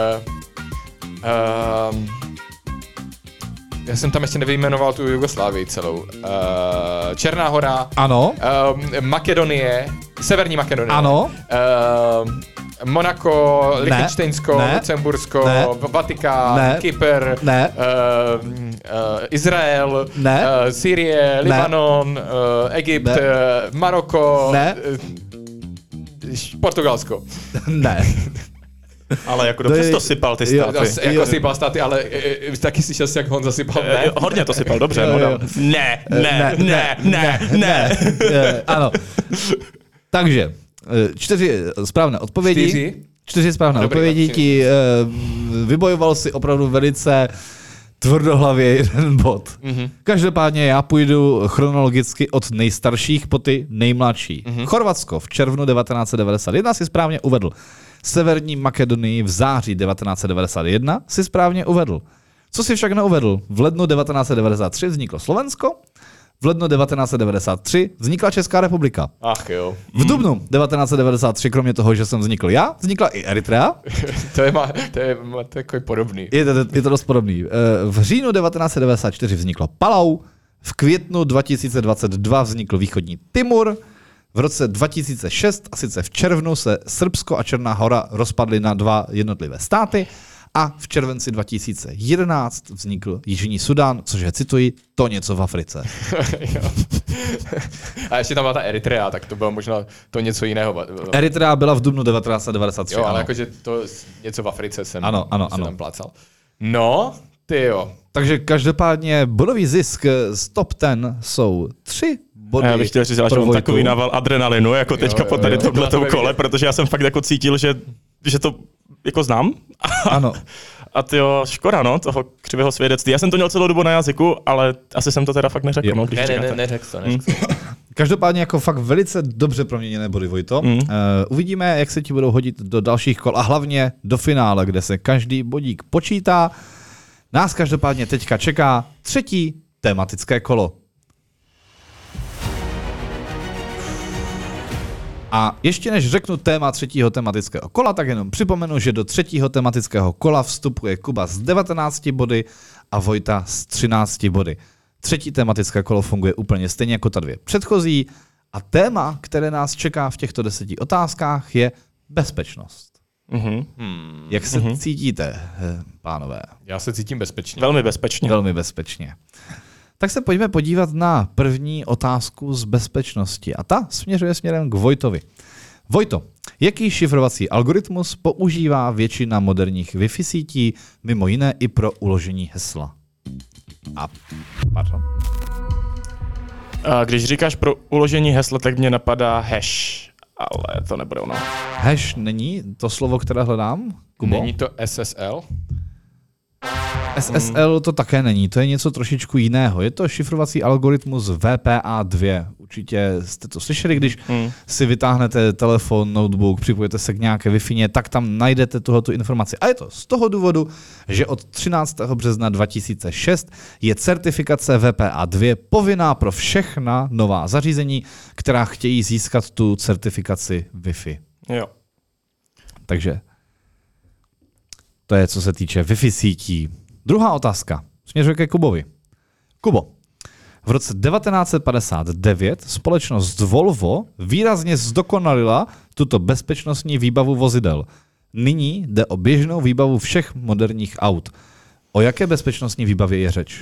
Speaker 2: um, já jsem tam ještě nevyjmenoval tu Jugoslávii celou. Uh, Černá hora,
Speaker 1: ano,
Speaker 2: um, Makedonie, Severní Makedonie.
Speaker 1: ano,
Speaker 2: Um, Monako,
Speaker 1: Ne.
Speaker 2: Lichtensteinsko,
Speaker 1: Ne.
Speaker 2: Lucembursko,
Speaker 1: Ne.
Speaker 2: Vatikán,
Speaker 1: Ne.
Speaker 2: Kypr,
Speaker 1: Ne.
Speaker 2: uh, uh, Izrael,
Speaker 1: Ne.
Speaker 2: uh, Sýrie, Libanon, uh, Egypt,
Speaker 1: Ne.
Speaker 2: uh, Maroko,
Speaker 1: Ne.
Speaker 2: uh, Portugalsko.
Speaker 1: ne.
Speaker 3: Ale jako
Speaker 1: To
Speaker 3: dobře
Speaker 1: je-
Speaker 3: jsi to sypal ty
Speaker 1: jo,
Speaker 3: státy.
Speaker 2: Zas, jako
Speaker 1: Jo.
Speaker 2: sypal státy, ale e, e, taky slyšel jsi, jak Honza sypal,
Speaker 3: Eh,
Speaker 2: ne?
Speaker 3: Hodně to sypal, dobře.
Speaker 1: Jo,
Speaker 3: no,
Speaker 1: jo.
Speaker 3: dám. Ne, ne, ne, ne, ne.
Speaker 1: Eh, Ano. Takže, eh, čtyři správné odpovědi.
Speaker 2: Čtyři.
Speaker 1: Čtyři správné
Speaker 2: Dobrý,
Speaker 1: odpovědi
Speaker 2: tak
Speaker 1: ti e, vybojoval si opravdu velice tvrdohlavě jeden bod.
Speaker 2: Mhm.
Speaker 1: Každopádně já půjdu chronologicky od nejstarších po ty nejmladší.
Speaker 2: Mhm.
Speaker 1: Chorvatsko v červnu devatenáct set devadesát jedna si správně uvedl. Severní Makedonii v září devatenáct set devadesát jedna si správně uvedl. Co si však neuvedl? V lednu devatenáct set devadesát tři vzniklo Slovensko, v lednu devatenáct set devadesát tři vznikla Česká republika.
Speaker 2: Ach jo.
Speaker 1: V dubnu devatenáct set devadesát tři, kromě toho, že jsem vznikl já, vznikla i Eritrea.
Speaker 2: to je, má, to je, má, to je jako podobný.
Speaker 1: Je to, je to dost podobný. V říjnu devatenáct set devadesát čtyři vzniklo Palau, v květnu dva tisíce dvacet dva vznikl východní Timur, v roce dva tisíce šest, a sice v červnu, se Srbsko a Černá Hora rozpadly na dva jednotlivé státy a v červenci dva tisíce jedenáct vznikl Jižní Sudán, což je, cituji, to něco v Africe.
Speaker 2: A ještě tam byla ta Eritrea, tak to bylo možná to něco jiného.
Speaker 1: Eritrea byla v dubnu devatenáct set devadesát tři.
Speaker 2: Jo, ale
Speaker 1: ano.
Speaker 2: jakože to něco v Africe jsem,
Speaker 1: Ano, ano,
Speaker 2: jsem
Speaker 1: ano.
Speaker 2: tam plácal. No, ty jo.
Speaker 1: Takže každopádně bodový zisk z top deset jsou tři body.
Speaker 3: Já bych chtěl říct, že
Speaker 1: pro
Speaker 3: mám
Speaker 1: Vojtu.
Speaker 3: takový nával adrenalinu, jako teďka
Speaker 2: jo,
Speaker 3: po tady
Speaker 2: jo.
Speaker 3: tomhletou kole, protože já jsem fakt jako cítil, že, že to jako znám.
Speaker 1: Ano.
Speaker 3: A tyjo, škoda, no, toho křivého svědectví. Já jsem to měl celou dobu na jazyku, ale asi jsem to teda fakt neřekl.
Speaker 1: Jo.
Speaker 3: No, když
Speaker 2: Ne, ne,
Speaker 3: čekáte.
Speaker 2: ne, neřek to, neřek to.
Speaker 1: Každopádně jako fakt velice dobře proměněné body, Vojto.
Speaker 3: Mm.
Speaker 1: Uh, uvidíme, jak se ti budou hodit do dalších kol a hlavně do finále, kde se každý bodík počítá. Nás každopádně teďka čeká třetí tematické kolo. A ještě než řeknu téma třetího tematického kola, tak jenom připomenu, že do třetího tematického kola vstupuje Kuba s devatenácti body a Vojta s třinácti body. Třetí tematické kolo funguje úplně stejně jako ta dvě předchozí a téma, které nás čeká v těchto deseti otázkách, je bezpečnost.
Speaker 3: Mhm.
Speaker 2: Hmm.
Speaker 1: Jak se mm-hmm. cítíte, pánové?
Speaker 2: Já se cítím bezpečně.
Speaker 3: Velmi bezpečně.
Speaker 1: Velmi bezpečně. Tak se pojďme podívat na první otázku z bezpečnosti a ta směřuje směrem k Vojtovi. Vojto, jaký šifrovací algoritmus používá většina moderních Wi-Fi sítí, mimo jiné i pro uložení hesla? A pardon.
Speaker 3: A když říkáš pro uložení hesla, tak mě napadá hash, ale to nebude ono.
Speaker 1: Hash není to slovo, které hledám, Kubo?
Speaker 2: Není to S S L?
Speaker 1: S S L to také není, to je něco trošičku jiného. Je to šifrovací algoritmus V P A dva. Určitě jste to slyšeli, když
Speaker 3: Hmm.
Speaker 1: si vytáhnete telefon, notebook, připojete se k nějaké Wi-Fi, tak tam najdete tuhletu informaci. A je to z toho důvodu, že od třináctého března dva tisíce šest je certifikace V P A dva povinná pro všechna nová zařízení, která chtějí získat tu certifikaci Wi-Fi.
Speaker 3: Jo.
Speaker 1: Takže to je, co se týče Wi-Fi sítí. Druhá otázka. Směřuje ke Kubovi. Kubo, v roce devatenáct set padesát devět společnost Volvo výrazně zdokonalila tuto bezpečnostní výbavu vozidel. Nyní jde o běžnou výbavu všech moderních aut. O jaké bezpečnostní výbavě je řeč?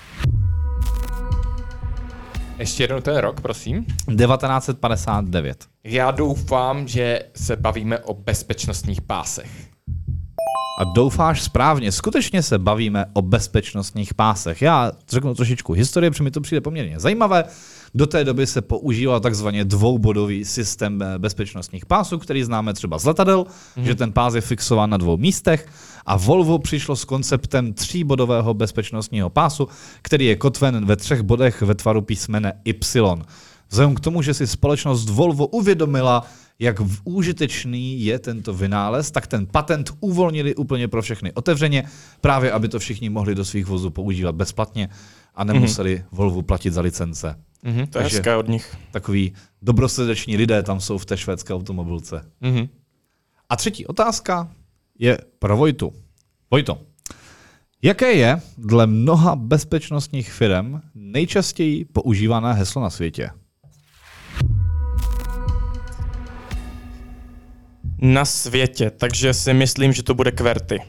Speaker 2: Ještě jednou ten rok, prosím.
Speaker 1: devatenáct set padesát devět.
Speaker 2: Já doufám, že se bavíme o bezpečnostních pásech.
Speaker 1: A doufáš správně, skutečně se bavíme o bezpečnostních pásech. Já řeknu trošičku historie, protože mi to přijde poměrně zajímavé. Do té doby se používal takzvaně dvoubodový systém bezpečnostních pásů, který známe třeba z letadel, mm. že ten pás je fixován na dvou místech a Volvo přišlo s konceptem tříbodového bezpečnostního pásu, který je kotven ve třech bodech ve tvaru písmene Y. Vzhledem k tomu, že si společnost Volvo uvědomila, jak užitečný je tento vynález, tak ten patent uvolnili úplně pro všechny otevřeně, právě aby to všichni mohli do svých vozů používat bezplatně a nemuseli mm-hmm. Volvu platit za licence.
Speaker 2: Mm-hmm.
Speaker 3: To je hezké od nich.
Speaker 1: Takový dobrosrdeční lidé tam jsou v té švédské automobilce.
Speaker 2: Mm-hmm.
Speaker 1: A třetí otázka je pro Vojtu. Vojto, jaké je dle mnoha bezpečnostních firm nejčastěji používané heslo na světě?
Speaker 3: Na světě, takže si myslím, že to bude QWERTY.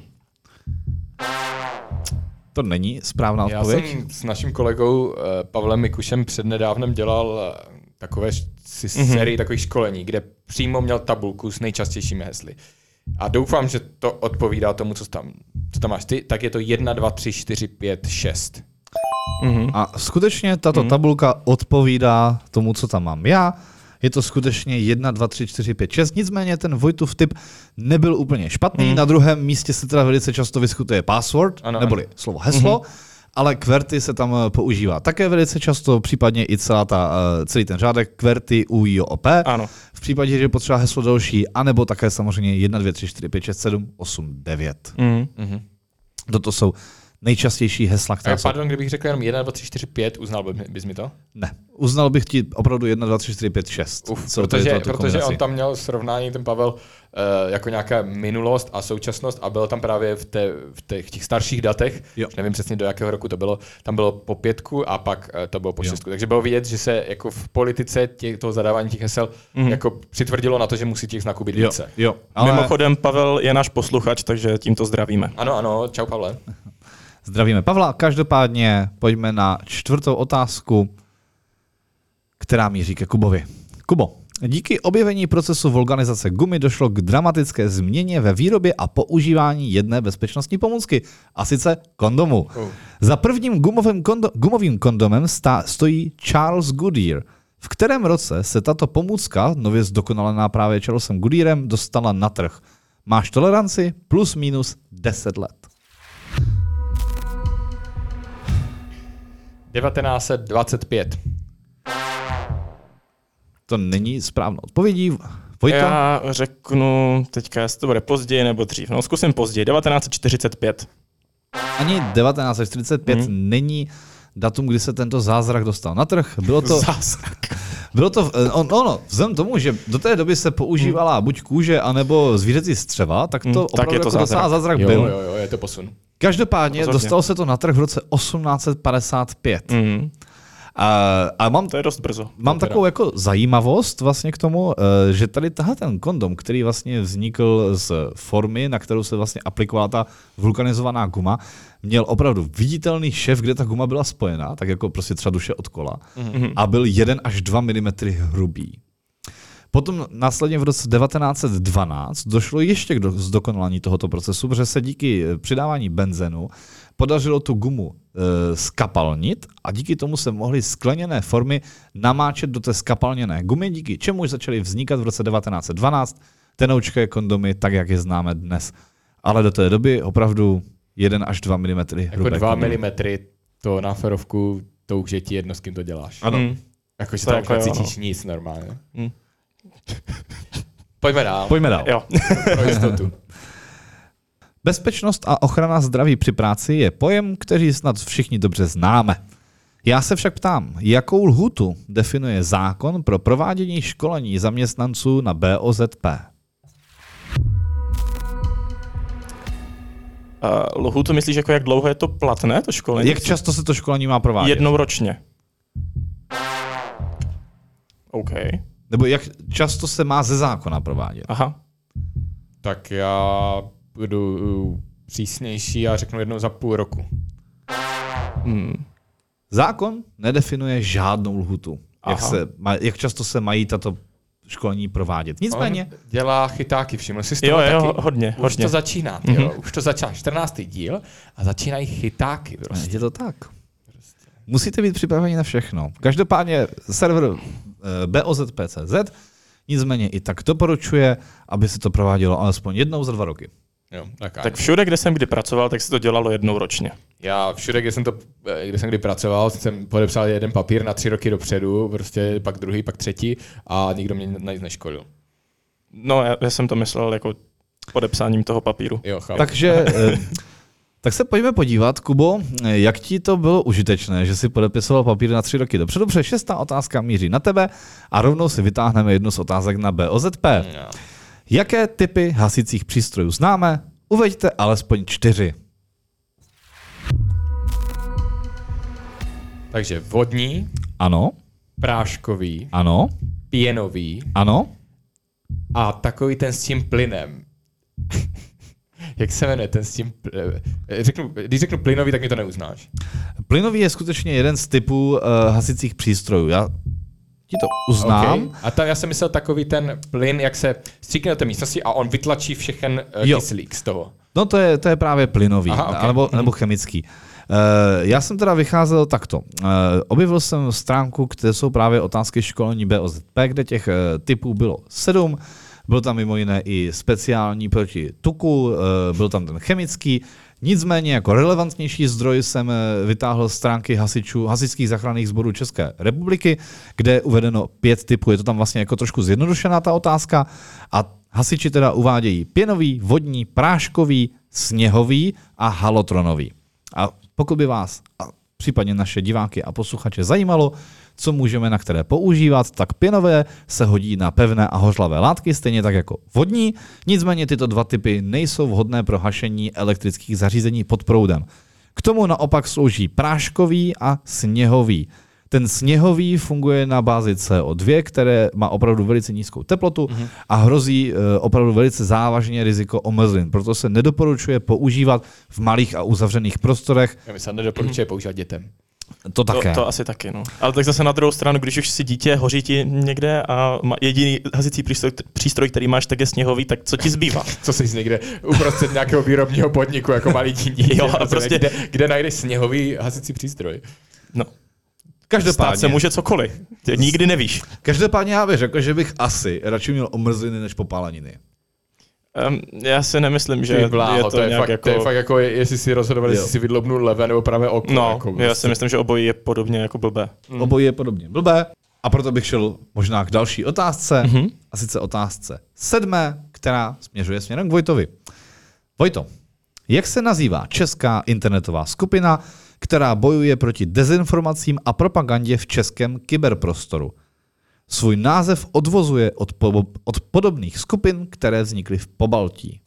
Speaker 1: To není správná
Speaker 2: Já
Speaker 1: odpověď.
Speaker 2: jsem s naším kolegou uh, Pavlem Mikušem přednedávnem dělal uh, takové š- si
Speaker 3: Mhm.
Speaker 2: sérii takových školení, kde přímo měl tabulku s nejčastějšími hesly. A doufám, že to odpovídá tomu, co tam, co tam máš ty. Tak je to jedna, dva, tři, čtyři, pět, šest.
Speaker 3: Mhm.
Speaker 1: A skutečně tato
Speaker 3: Mhm.
Speaker 1: tabulka odpovídá tomu, co tam mám já. Je to skutečně jedna, dva, tři, čtyři, pět, šest, nicméně ten Vojtův tip nebyl úplně špatný. Mm. Na druhém místě se teda velice často vyskytuje password, ano, neboli ano. slovo heslo, mm-hmm. ale QWERTY se tam používá také velice často, případně i celá ta, celý ten řádek QWERTY U J O P.
Speaker 3: Ano.
Speaker 1: V případě, že potřeba heslo další, anebo také samozřejmě jedna, dva, tři, čtyři, pět, šest, sedm, osm, devět.
Speaker 3: Mm-hmm.
Speaker 1: Toto jsou nejčastější hesla, která
Speaker 2: jsou... Pardon, kdybych řekl jenom jedna, dva, tři, čtyři, pět, uznal bys mi to?
Speaker 1: Ne, uznal bych ti opravdu jedna, dva, tři, čtyři, pět, šest.
Speaker 2: Uf, protože, protože on tam měl srovnání, ten Pavel, uh, jako nějaká minulost a současnost a byl tam právě v, té, v těch, těch starších datech, nevím přesně do jakého roku to bylo, tam bylo po pětku a pak uh, to bylo po jo. šestku. Takže bylo vidět, že se jako v politice těch, toho zadávání těch hesel mm. jako přitvrdilo na to, že musí těch znaků být
Speaker 1: jo.
Speaker 2: více.
Speaker 1: Jo.
Speaker 3: Ale... Mimochodem, Pavel je náš posluchač, takže tímto zdravíme.
Speaker 2: Ano, ano, čau Pavle.
Speaker 1: Zdravíme Pavla. Každopádně pojďme na čtvrtou otázku, která míří ke Kubovi. Kubo, díky objevení procesu vulkanizace gumy došlo k dramatické změně ve výrobě a používání jedné bezpečnostní pomůcky, a sice kondomu. Oh. Za prvním gumovým, kondo- gumovým kondomem stá- stojí Charles Goodyear. V kterém roce se tato pomůcka, nově zdokonalená právě Charlesem Goodyearem, dostala na trh? Máš toleranci plus minus deset let.
Speaker 2: devatenáct set dvacet pět.
Speaker 1: To není správnou odpovědí. Vojta?
Speaker 3: Já řeknu teďka, jestli to bude později nebo dřív. No, zkusím později. devatenáct set čtyřicet pět.
Speaker 1: Ani devatenáct set čtyřicet pět hmm. není datum, kdy se tento zázrak dostal na trh. Bylo to...
Speaker 3: Zázrak.
Speaker 1: Bylo to, on, ono, vzhledem tomu, že do té doby se používala hmm. buď kůže, anebo zvířecí střeva, tak to hmm. opravdu tak je to jako zázrak, zázrak byl.
Speaker 2: Jo, jo, jo, je to posun.
Speaker 1: Každopádně Pozorně. dostalo se to na trh v roce osmnáct set padesát pět.
Speaker 3: Mm.
Speaker 1: A, a mám,
Speaker 3: to je dost brzo.
Speaker 1: Mám takovou jako zajímavost vlastně k tomu, že tady tahle ten kondom, který vlastně vznikl z formy, na kterou se vlastně aplikovala ta vulkanizovaná guma, měl opravdu viditelný šev, kde ta guma byla spojená, tak jako prostě třeba duše od kola, mm-hmm. a byl jedna až dva milimetry hrubý. Potom následně v roce devatenáct set dvanáct došlo ještě k zdokonalení tohoto procesu, protože se díky přidávání benzenu podařilo tu gumu e, skapalnit a díky tomu se mohly skleněné formy namáčet do té skapalněné gumy, díky čemuž začaly vznikat v roce devatenáct set dvanáct tenoučké kondomy, tak jak je známe dnes. Ale do té doby opravdu jeden až dva milimetry hrubé.
Speaker 2: Jako dva milimetry to na ferovku, to už je ti jedno, s kým to děláš.
Speaker 1: Ano.
Speaker 2: Mm. Jako, že tam jako necítíš no. nic normálně. Mm. Pojďme dál.
Speaker 1: Pojďme dál.
Speaker 3: Jo.
Speaker 2: Pro jistotu.
Speaker 1: Bezpečnost a ochrana zdraví při práci je pojem, který snad všichni dobře známe. Já se však ptám, jakou lhůtu definuje zákon pro provádění školení zaměstnanců na B O Z P?
Speaker 3: Uh, lhůtu myslíš, jako jak dlouho je to platné, to školení?
Speaker 1: Jak často se to školení má provádět?
Speaker 3: Jednou ročně. OK.
Speaker 1: Nebo jak často se má ze zákona provádět?
Speaker 3: Aha.
Speaker 2: Tak já budu přísnější a řeknu jednou za půl roku.
Speaker 1: Hmm. Zákon nedefinuje žádnou lhutu. Jak, se, jak často se mají tato školení provádět. Nicméně...
Speaker 2: On dělá chytáky, všiml jsi z toho
Speaker 3: jo,
Speaker 2: taky?
Speaker 3: Jo, hodně,
Speaker 2: Už
Speaker 3: hodně.
Speaker 2: to začíná, mm-hmm. jo. Už to začal čtrnáctý díl a začínají chytáky. Prostě.
Speaker 1: Je to tak. Prostě. Musíte být připraveni na všechno. Každopádně server B O Z P tečka cé zet nicméně i tak doporučuje, aby se to provádělo alespoň jednou za dva roky.
Speaker 2: Jo, tak,
Speaker 3: tak všude, kde jsem kdy pracoval, tak se to dělalo jednou ročně.
Speaker 2: Já všude, kde jsem, to, kde jsem kdy pracoval, jsem podepsal jeden papír na tři roky dopředu, prostě pak druhý, pak třetí a nikdo mě na nic neškolil.
Speaker 3: No, já, já jsem to myslel jako podepsáním toho papíru.
Speaker 2: Jo, chápu.
Speaker 1: Takže... Tak se pojďme podívat, Kubo, jak ti to bylo užitečné, že si podepisoval papír na tři roky dopředu, protože šestá otázka míří na tebe a rovnou si vytáhneme jednu z otázek na B O Z P. No. Jaké typy hasicích přístrojů známe? Uveďte alespoň čtyři.
Speaker 2: Takže vodní.
Speaker 1: Ano.
Speaker 2: Práškový.
Speaker 1: Ano.
Speaker 2: Pěnový.
Speaker 1: Ano.
Speaker 2: A takový ten s tím plynem. Jak se jmenuje ten s tím... Řeknu, když řeknu plynový, tak mi to neuznáš.
Speaker 1: Plynový je skutečně jeden z typů uh, hasicích přístrojů. Já ti to uznám.
Speaker 2: Okay. A tam já jsem myslel takový ten plyn, jak se stříkne do té místnosti a on vytlačí všechen uh, kyslík z toho.
Speaker 1: No to je, to je právě plynový,
Speaker 2: Aha, okay.
Speaker 1: nebo, nebo chemický. Já jsem teda vycházel takto. Objevil jsem stránku, kde jsou právě otázky školení B O Z P, kde těch typů bylo sedm. Byl tam mimo jiné i speciální proti tuku, byl tam ten chemický. Nicméně jako relevantnější zdroj jsem vytáhl stránky hasičů, hasičských záchranných sborů České republiky, kde je uvedeno pět typů. Je to tam vlastně jako trošku zjednodušená ta otázka a hasiči teda uvádějí pěnový, vodní, práškový, sněhový a halotronový. A pokud by vás a případně naše diváky a posluchače zajímalo, co můžeme na které používat, tak pěnové se hodí na pevné a hořlavé látky, stejně tak jako vodní, nicméně tyto dva typy nejsou vhodné pro hašení elektrických zařízení pod proudem. K tomu naopak slouží práškový a sněhový. Ten sněhový funguje na bázi C O dva, které má opravdu velice nízkou teplotu mm-hmm. a hrozí e, opravdu velice závažně riziko omrzlin. Proto se nedoporučuje používat v malých a uzavřených prostorech.
Speaker 2: Já myslím, nedoporučuje mm-hmm. používat dětem.
Speaker 1: To také.
Speaker 3: To, to asi taky, no. Ale tak zase na druhou stranu, když už si dítě hoří ti někde a jediný hasicí přístroj, přístroj, který máš, tak je sněhový, tak co ti zbývá?
Speaker 2: Co jsi někde uprostřed nějakého výrobního podniku jako malý dítě,
Speaker 3: jo, a prostě...
Speaker 2: kde, kde najdeš sněhový hasicí přístroj?
Speaker 3: No.
Speaker 1: Každopádně.
Speaker 3: Stát se může cokoliv. Ty nikdy nevíš.
Speaker 1: Každopádně já bych řekl, že bych asi radši měl omrzliny než popáleniny.
Speaker 3: Um, já si nemyslím, že
Speaker 2: bláho,
Speaker 3: je to,
Speaker 2: to je
Speaker 3: nějak
Speaker 2: fakt,
Speaker 3: jako...
Speaker 2: To je fakt jako, jestli si rozhodovali, jestli si vydlobnul levé nebo pravé oko.
Speaker 3: No,
Speaker 2: jako
Speaker 3: já si myslím, že obojí je podobně jako blbé.
Speaker 1: Mm. Obojí je podobně blbé a proto bych šel možná k další otázce, mm-hmm. a sice otázce sedmé, která směřuje směrem k Vojtovi. Vojto, jak se nazývá česká internetová skupina, která bojuje proti dezinformacím a propagandě v českém kyberprostoru? Svůj název odvozuje od, po, od podobných skupin, které vznikly v Pobaltí.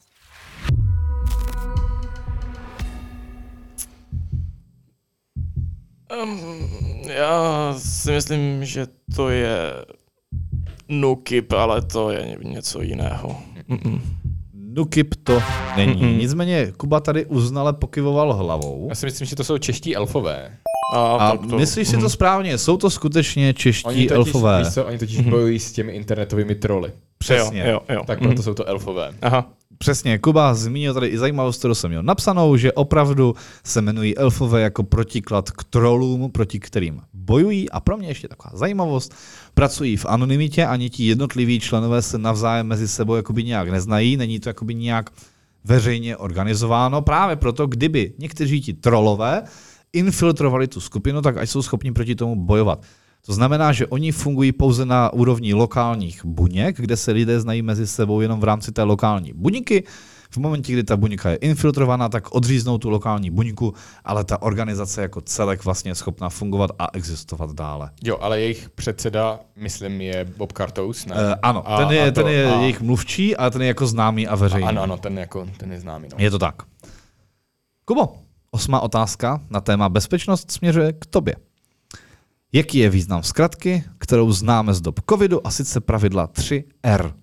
Speaker 3: Um, já si myslím, že to je Nukip, ale to je něco jiného. Mm-mm.
Speaker 1: Nukip to není.
Speaker 3: Mm-mm.
Speaker 1: Nicméně Kuba tady uznale pokyvoval hlavou.
Speaker 2: Já si myslím, že to jsou čeští elfové.
Speaker 3: A,
Speaker 1: A
Speaker 3: to,
Speaker 1: myslíš si to správně? Jsou to skutečně čeští
Speaker 2: Oni totiž,
Speaker 1: elfové.
Speaker 2: víš co, oni totiž bojují s těmi internetovými troly.
Speaker 1: Přesně.
Speaker 3: Jo, jo, jo.
Speaker 2: Tak proto jsou to elfové.
Speaker 3: Aha.
Speaker 1: Přesně, Kuba zmínil tady i zajímavost, kterou jsem měl napsanou, že opravdu se jmenují elfové jako protiklad k trolům, proti kterým bojují. A pro mě ještě taková zajímavost, pracují v anonymitě, ani ti jednotliví členové se navzájem mezi sebou jakoby nějak neznají, není to jakoby nějak veřejně organizováno. Právě proto, kdyby někteří ti trolové infiltrovali tu skupinu, tak ať jsou schopni proti tomu bojovat. To znamená, že oni fungují pouze na úrovni lokálních buněk, kde se lidé znají mezi sebou jenom v rámci té lokální buňky. V momentě, kdy ta buňka je infiltrovaná, tak odříznou tu lokální buňku, ale ta organizace jako celek vlastně je schopná fungovat a existovat dále.
Speaker 2: Jo, ale jejich předseda, myslím, je Bob Cartous, ne?
Speaker 1: Uh, ano,
Speaker 2: a,
Speaker 1: ten je,
Speaker 2: a to,
Speaker 1: ten je
Speaker 2: a,
Speaker 1: jejich mluvčí, ale ten je jako známý a veřejný.
Speaker 2: Ano, ano, ten, jako, ten je známý. No.
Speaker 1: Je to tak. Kubo, osmá otázka na téma bezpečnost směřuje k tobě. Jaký je význam zkratky, kterou známe z dob covidu, a sice pravidla tři R?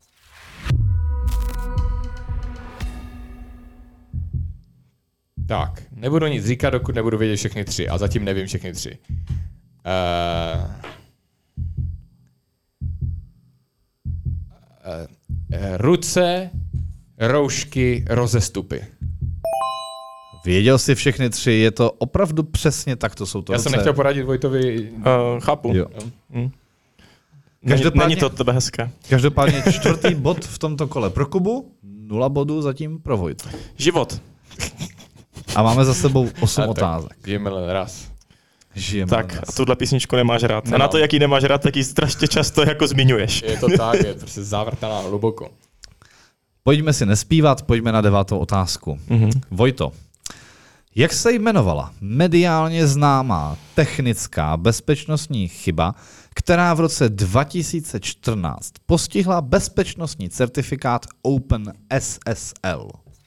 Speaker 2: Tak, nebudu nic říkat, dokud nebudu vědět všechny tři. A zatím nevím všechny tři. Uh, uh, ruce, roušky, rozestupy.
Speaker 1: Věděl jsi všechny tři, je to opravdu přesně tak, to jsou to
Speaker 2: Já
Speaker 1: ruce.
Speaker 2: jsem nechtěl poradit Vojtovi.
Speaker 3: Uh, chápu.
Speaker 1: Jo.
Speaker 3: Mm.
Speaker 1: Každopádně-
Speaker 3: Není to tebe hezké.
Speaker 1: Každopádně čtvrtý bod v tomto kole pro Kubu, nula bodů zatím pro Vojtu.
Speaker 3: Život.
Speaker 1: A máme za sebou osm
Speaker 2: Ale tak,
Speaker 1: otázek.
Speaker 2: Žijeme len raz.
Speaker 1: Žijeme
Speaker 3: Tak,
Speaker 1: dnes.
Speaker 3: tuhle písničku nemáš rád. A
Speaker 2: Nemám.
Speaker 3: na to, jaký nemáš rád, tak ji strašně často jako zmiňuješ.
Speaker 2: Je to tak, je to prostě závrtaná hluboko.
Speaker 1: Pojďme si nespívat, pojďme na devátou otázku.
Speaker 3: Mm-hmm.
Speaker 1: Vojto, jak se jmenovala mediálně známá technická bezpečnostní chyba, která v roce dva tisíce čtrnáct postihla bezpečnostní certifikát Open S S L?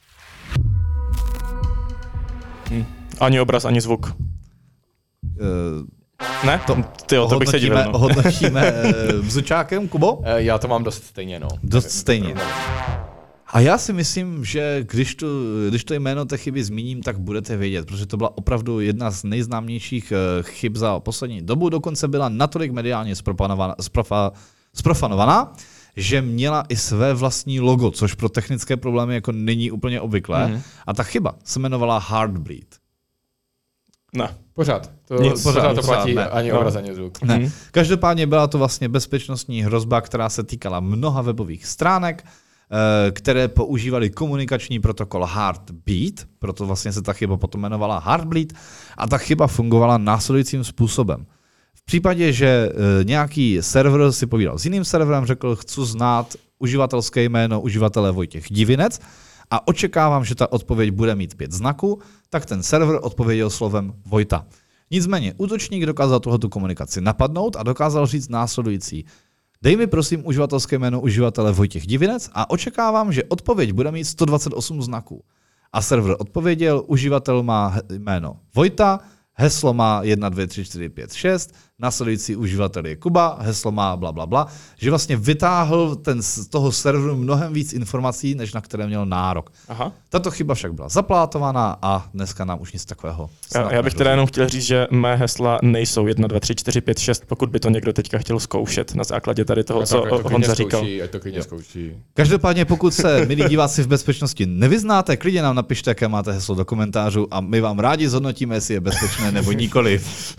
Speaker 3: Hm. Ani obraz, ani zvuk.
Speaker 1: Uh,
Speaker 3: Ne? To, tyjo, to bych se divil. No.
Speaker 1: Hodnotíme uh, bzučákem, Kubo?
Speaker 2: E, já to mám dost stejně, no.
Speaker 1: Dost
Speaker 2: Nevím,
Speaker 1: stejně.
Speaker 2: to
Speaker 1: A já si myslím, že když, tu, když to jméno té chyby zmíním, tak budete vědět, protože to byla opravdu jedna z nejznámějších chyb za poslední dobu. Dokonce byla natolik mediálně zprofanovaná, zprofa, zprofanovaná, že měla i své vlastní logo, což pro technické problémy jako není úplně obvyklé. Mm-hmm. A ta chyba se jmenovala Heartbleed.
Speaker 3: Ne.
Speaker 2: Pořád. To,
Speaker 3: Nic,
Speaker 2: pořád,
Speaker 1: pořád,
Speaker 2: to platí
Speaker 1: pořád, ne.
Speaker 2: ani
Speaker 3: No.
Speaker 2: obraz, ani zvuk.
Speaker 1: Ne.
Speaker 3: Mhm.
Speaker 1: Každopádně byla to vlastně bezpečnostní hrozba, která se týkala mnoha webových stránek, eh, které používaly komunikační protokol Heartbeat, proto vlastně se ta chyba potom jmenovala Heartbleed, a ta chyba fungovala následujícím způsobem. V případě, že eh, nějaký server si povídal s jiným serverem, řekl, chci znát uživatelské jméno uživatele Vojtěch Divinec a očekávám, že ta odpověď bude mít pět znaků, tak ten server odpověděl slovem Vojta. Nicméně útočník dokázal tuhletu komunikaci napadnout a dokázal říct následující. Dej mi prosím uživatelské jméno uživatele Vojtěch Divinec a očekávám, že odpověď bude mít sto dvacet osm znaků. A server odpověděl, uživatel má jméno Vojta, heslo má jedna, dva, tři, čtyři, pět, šest, následující uživatel je Kuba, heslo má bla, bla, bla, že vlastně vytáhl ten, z toho serveru mnohem víc informací, než na které měl nárok.
Speaker 3: Aha.
Speaker 1: Tato chyba však byla zaplátovaná a dneska nám už nic takového snad
Speaker 3: Já, já bych
Speaker 1: nehrozí.
Speaker 3: teda jenom chtěl říct, že mé hesla nejsou jedna, dva, tři, čtyři, pět, šest, pokud by to někdo teďka chtěl zkoušet na základě tady toho,
Speaker 2: Ať
Speaker 3: co
Speaker 2: to- ať to klidně
Speaker 3: Honza říkal.
Speaker 2: zkouší, ať to klidně zkouší.
Speaker 1: Každopádně, pokud se, milí diváci, v bezpečnosti nevyznáte, klidně nám napište, jaké máte heslo do komentářů a my vám rádi zhodnotíme, jestli je bezpečné nebo nikoliv.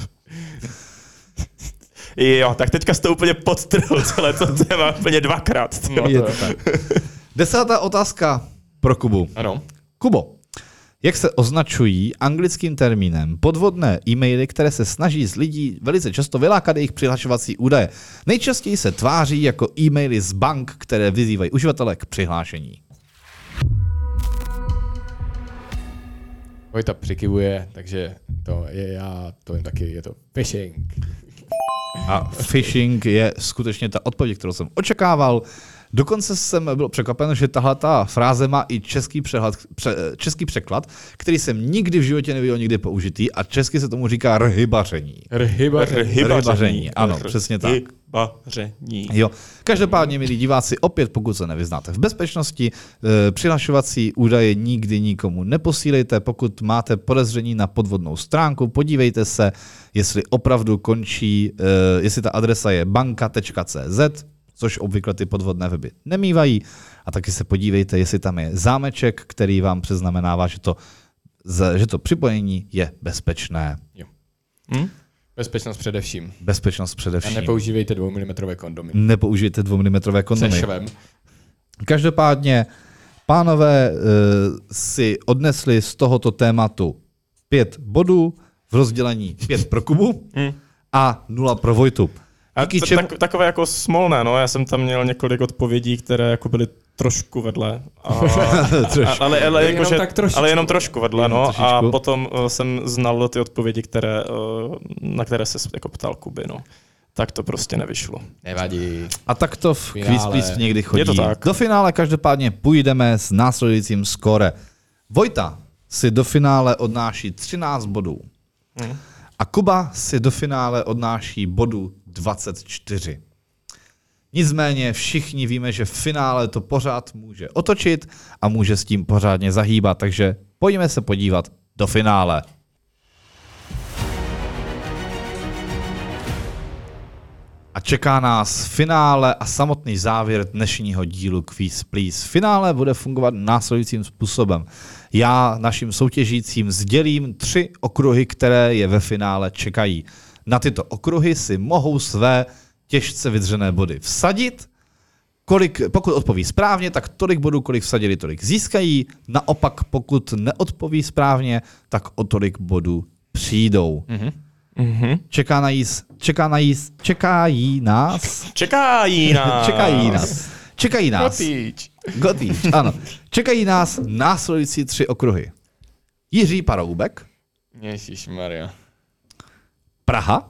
Speaker 3: Jo, tak teďka jste úplně podtrhl celé to téma úplně dvakrát.
Speaker 2: No,
Speaker 1: Je
Speaker 2: to
Speaker 1: to tak. Desátá otázka pro Kubu.
Speaker 2: Ano.
Speaker 1: Kubo, jak se označují anglickým termínem podvodné e-maily, které se snaží z lidí velice často vylákat jejich přihlašovací údaje? Nejčastěji se tváří jako e-maily z bank, které vyzývají uživatele k přihlášení.
Speaker 2: Vojta přikivuje, takže to je já, to vím taky, je to phishing.
Speaker 1: A phishing je skutečně ta odpověď, kterou jsem očekával. Dokonce jsem byl překvapen, že tahle ta fráze má i český, přehled, pře, český překlad, který jsem nikdy v životě neviděl nikdy použitý a česky se tomu říká rhybaření.
Speaker 2: Rhybaření.
Speaker 1: Rhybaření, ano, přesně tak.
Speaker 3: Rhybaření.
Speaker 1: Jo. Každopádně, milí diváci, opět pokud se nevyznáte v bezpečnosti, e, přihlašovací údaje nikdy nikomu neposílejte. Pokud máte podezření na podvodnou stránku, podívejte se, jestli opravdu končí, e, jestli ta adresa je banka tečka cé zet, což obvykle ty podvodné weby nemývají. A taky se podívejte, jestli tam je zámeček, který vám přeznamenává, že to, že to připojení je bezpečné.
Speaker 2: Jo.
Speaker 3: Hm?
Speaker 2: Bezpečnost především.
Speaker 1: Bezpečnost
Speaker 2: A
Speaker 1: především.
Speaker 2: nepoužívejte dvoumilimetrové kondomy.
Speaker 1: Nepoužijte dvoumilimetrové
Speaker 2: Se
Speaker 1: kondomy.
Speaker 2: švem.
Speaker 1: Každopádně, pánové uh, si odnesli z tohoto tématu pět bodů v rozdělení pět pro Kubu
Speaker 3: Hm.
Speaker 1: a nula pro Vojtu.
Speaker 3: A
Speaker 1: Díky
Speaker 3: to,
Speaker 1: čemu...
Speaker 3: tak, takové jako smolné, no, já jsem tam měl několik odpovědí, které jako byly trošku vedle. A, a, ale, ale,
Speaker 4: Jenom
Speaker 3: jako, že,
Speaker 4: tak trošičku.
Speaker 3: ale jenom trošku vedle,
Speaker 1: Jenom
Speaker 3: no.
Speaker 1: trošičku.
Speaker 3: A potom uh, jsem znal ty odpovědi, které, uh, na které se jako ptal Kuby, no. Tak to prostě nevyšlo.
Speaker 2: Nevadí.
Speaker 1: A tak to v
Speaker 2: Finále.
Speaker 1: Quiz Please někdy chodí.
Speaker 3: Je to tak.
Speaker 1: Do finále každopádně půjdeme s následujícím skóre. Vojta si do finále odnáší třináct bodů.
Speaker 3: Hmm.
Speaker 1: A Kuba si do finále odnáší bodů dvacet čtyři. Nicméně všichni víme, že v finále to pořád může otočit a může s tím pořádně zahýbat, takže pojďme se podívat do finále. A čeká nás finále a samotný závěr dnešního dílu Quiz Please. Finále bude fungovat následujícím způsobem. Já našim soutěžícím sdělím tři okruhy, které je ve finále čekají. Na tyto okruhy si mohou své těžce vydřené body vsadit. Kolik, pokud odpoví správně, tak tolik bodů, kolik vsadili, tolik získají. Naopak, pokud neodpoví správně, tak o tolik bodů přijdou.
Speaker 2: Mhm.
Speaker 3: Mhm.
Speaker 1: Čeká na jíz, čeká na jíz, čekají nás,
Speaker 3: Čekají nás.
Speaker 1: čekají nás, čekají nás,
Speaker 3: Kotíč.
Speaker 1: Gotíč, ano, čekají nás následující tři okruhy. Jiří Paroubek,
Speaker 2: Ježišmarja.
Speaker 1: Praha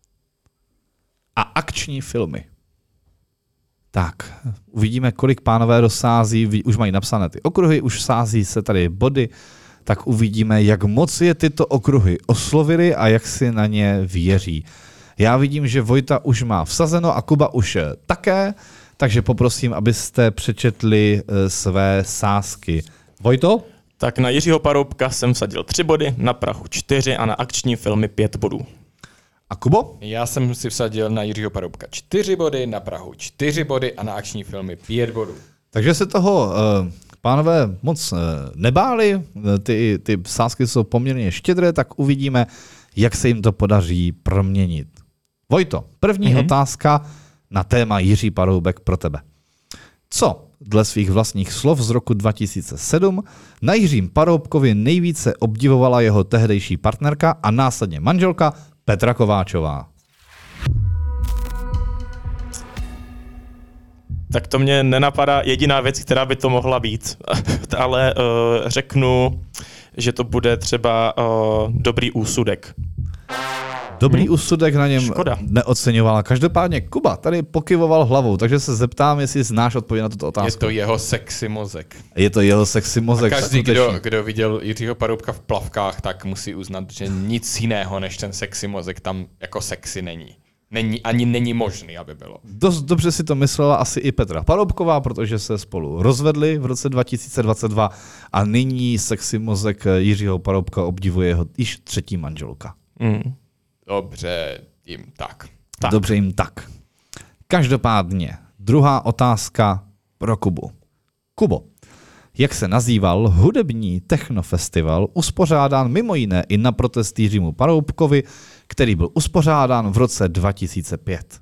Speaker 1: a akční filmy. Tak, uvidíme, kolik pánové rozsází, ví- už mají napsané ty okruhy, už sází se tady body, tak uvidíme, jak moc je tyto okruhy oslovili a jak si na ně věří. Já vidím, že Vojta už má vsazeno a Kuba už eh, také, takže poprosím, abyste přečetli eh, své sázky. Vojto?
Speaker 3: Tak na Jiřího Paroubka jsem vsadil tři body, na Prahu čtyři a na akční filmy pět bodů.
Speaker 1: A Kubo?
Speaker 2: Já jsem si vsadil na Jiřího Paroubka čtyři body, na Prahu čtyři body a na akční filmy pět bodů.
Speaker 1: Takže se toho uh, Pánové moc nebáli, ty, ty sázky jsou poměrně štědré, tak uvidíme, jak se jim to podaří proměnit. Vojto, první mm-hmm. otázka na téma Jiří Paroubek pro tebe. Co dle svých vlastních slov z roku dva tisíce sedm na Jiřím Paroubkovi nejvíce obdivovala jeho tehdejší partnerka a následně manželka Petra Kováčová?
Speaker 3: Tak to mě nenapadá jediná věc, která by to mohla být. Ale uh, řeknu, že to bude třeba uh, dobrý úsudek.
Speaker 1: Dobrý hmm. úsudek na něm
Speaker 3: Škoda.
Speaker 1: neoceňovala. Každopádně Kuba tady pokyvoval hlavou, takže se zeptám, jestli znáš odpověď na tuto otázku.
Speaker 2: Je to jeho sexy mozek.
Speaker 1: Je to jeho sexy mozek.
Speaker 2: A každý, kdo, kdo viděl Jiřího Paroubka v plavkách, tak musí uznat, že nic jiného než ten sexy mozek tam jako sexy není. Není, ani není možný, aby bylo.
Speaker 1: Dost dobře si to myslela asi i Petra Paroubková, protože se spolu rozvedli v roce dva tisíce dvacet dva a nyní sexy mozek Jiřího Paroubka obdivuje jeho již třetí manželka.
Speaker 3: Mm.
Speaker 2: Dobře, jim tak.
Speaker 3: tak.
Speaker 1: Dobře jim tak. Každopádně, druhá otázka pro Kubu. Kubo, jak se nazýval hudební technofestival, uspořádán mimo jiné i na protest Jiřímu Paroubkovi, který byl uspořádán v roce dva tisíce pět?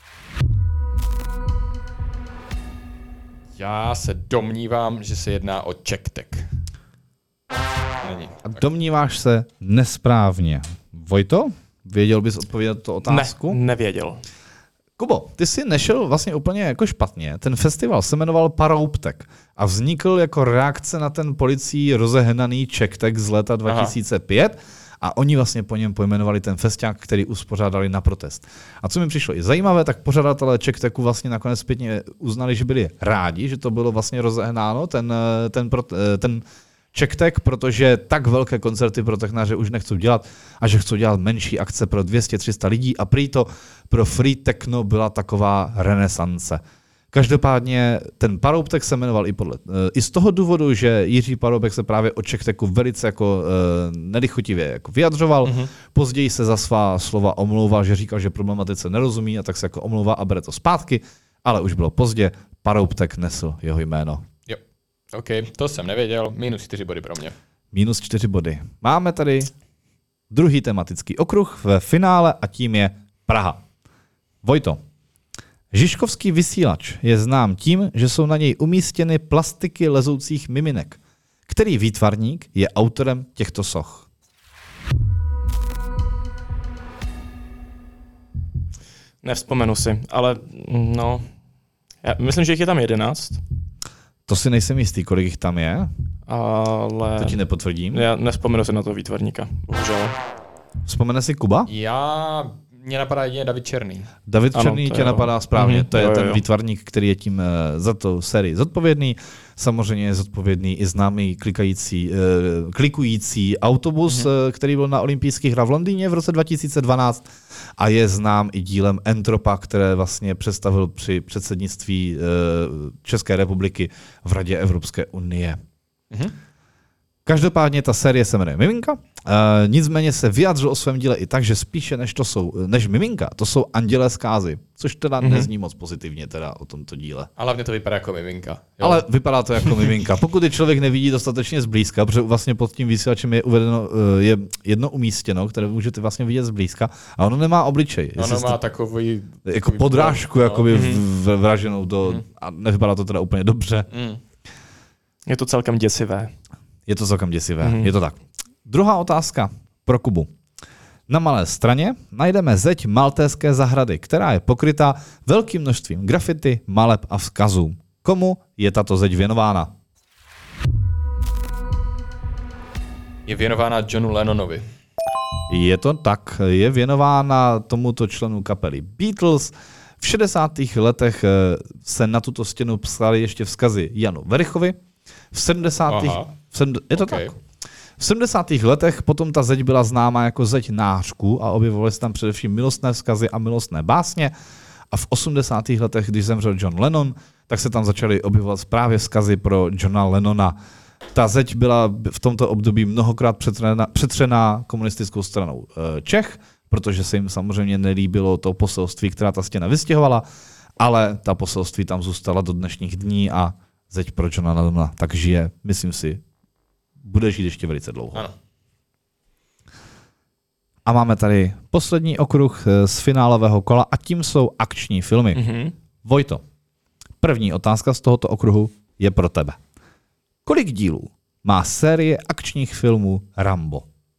Speaker 2: Já se domnívám, že se jedná o Čektek. Není.
Speaker 1: A domníváš se nesprávně. Vojto, věděl bys odpovědět tu otázku?
Speaker 3: Ne, nevěděl.
Speaker 1: Kubo, ty jsi nešel vlastně úplně jako špatně. Ten festival se jmenoval Paroubtek a vznikl jako reakce na ten policií rozehnaný Čektek z léta dva tisíce pět. Aha. A oni vlastně po něm pojmenovali ten festiák, který uspořádali na protest. A co mi přišlo i zajímavé, tak pořadatelé Čekteku vlastně nakonec zpětně uznali, že byli rádi, že to bylo vlastně rozehnáno, ten, ten, ten Čektek, protože tak velké koncerty pro technáře už nechcou dělat a že chcou dělat menší akce pro dvě stě tři sta lidí a prý to pro free techno byla taková renesance. Každopádně ten Paroubtek se jmenoval i podle, i z toho důvodu, že Jiří Paroubek se právě o Čekteku velice jako uh, nelichotivě jako vyjadřoval. Mm-hmm. Později se za svá slova omlouval, že říkal, že problematice nerozumí a tak se jako omlouvá a bere to zpátky, ale už bylo pozdě, Paroubtek nesl jeho jméno.
Speaker 2: Jo, OK, to jsem nevěděl, minus čtyři body pro mě.
Speaker 1: Minus čtyři body. Máme tady druhý tematický okruh ve finále a tím je Praha. Vojto. Žižkovský vysílač je znám tím, že jsou na něj umístěny plastiky lezoucích miminek. Který výtvarník je autorem těchto soch?
Speaker 3: Nevzpomenu si, ale no, já myslím, že jich je tam jedenáct.
Speaker 1: To si nejsem jistý, kolik jich tam je.
Speaker 3: Ale...
Speaker 1: To ti nepotvrdím.
Speaker 3: Já nevzpomenu si na toho výtvarníka, bohužel.
Speaker 1: Vzpomene si Kuba?
Speaker 2: Já... Mně napadá jedině David Černý.
Speaker 1: David
Speaker 3: ano,
Speaker 1: Černý tě
Speaker 3: jo.
Speaker 1: napadá správně.
Speaker 3: Mm-hmm.
Speaker 1: To je
Speaker 3: jo,
Speaker 1: ten
Speaker 3: jo.
Speaker 1: výtvarník, který je tím uh, za to sérii zodpovědný. Samozřejmě je zodpovědný i známý klikající, uh, klikující autobus, mm-hmm. uh, který byl na olympijských hrách v Londýně v roce dva tisíce dvanáct a je znám i dílem Entropa, které vlastně představil při předsednictví uh, České republiky v Radě Evropské unie. Mm-hmm. Každopádně ta série se jmenuje Miminka, uh, nicméně se vyjádřil o svém díle i tak, že spíše než to jsou, než Miminka, to jsou andělé zkázy, což teda mm-hmm. nezní moc pozitivně teda o tomto díle.
Speaker 2: Ale hlavně to vypadá jako Miminka. Jo?
Speaker 1: Ale vypadá to jako Miminka. Pokud je člověk nevidí dostatečně zblízka, protože vlastně pod tím vysílačem je uvedeno, je jedno umístěno, které můžete vlastně vidět zblízka a ono nemá obličej.
Speaker 2: Ono má takový...
Speaker 1: Jako
Speaker 2: takový
Speaker 1: podrážku
Speaker 2: no.
Speaker 1: jakoby
Speaker 2: mm-hmm.
Speaker 1: vraženou do... Mm. A nevypadá to teda úplně dobře.
Speaker 2: Mm.
Speaker 3: Je to celkem děsivé.
Speaker 1: Je to celkem děsivé, mm-hmm.
Speaker 3: Mm.
Speaker 1: je to tak. Druhá otázka pro Kubu. Na malé straně najdeme zeď Maltéské zahrady, která je pokrytá velkým množstvím grafity, maleb a vzkazů. Komu je tato zeď věnována?
Speaker 2: Je věnována Johnu Lennonovi.
Speaker 1: Je to tak, je věnována tomuto členu kapely Beatles. V šedesátých letech se na tuto stěnu psali ještě vzkazy Janu Verichovi. V sedmdesátých V sedm, je to okay. tak. V sedmdesátých letech potom ta zeď byla známá jako zeď nářků a objevovaly se tam především milostné vzkazy a milostné básně. A v osmdesátých letech, když zemřel John Lennon, tak se tam začaly objevovat právě vzkazy pro Johna Lennona. Ta zeď byla v tomto období mnohokrát přetřená, přetřená komunistickou stranou Čech, protože se jim samozřejmě nelíbilo to poselství, která ta stěna vystěhovala, ale ta poselství tam zůstala do dnešních dní a zeď pro Johna Lennona tak žije, myslím si, bude žít ještě velice dlouho.
Speaker 2: Ano.
Speaker 1: A máme tady poslední okruh z finálového kola a tím jsou akční filmy.
Speaker 3: Mhm.
Speaker 1: Vojto, první otázka z tohoto okruhu je pro tebe. Kolik dílů má série akčních filmů Rambo?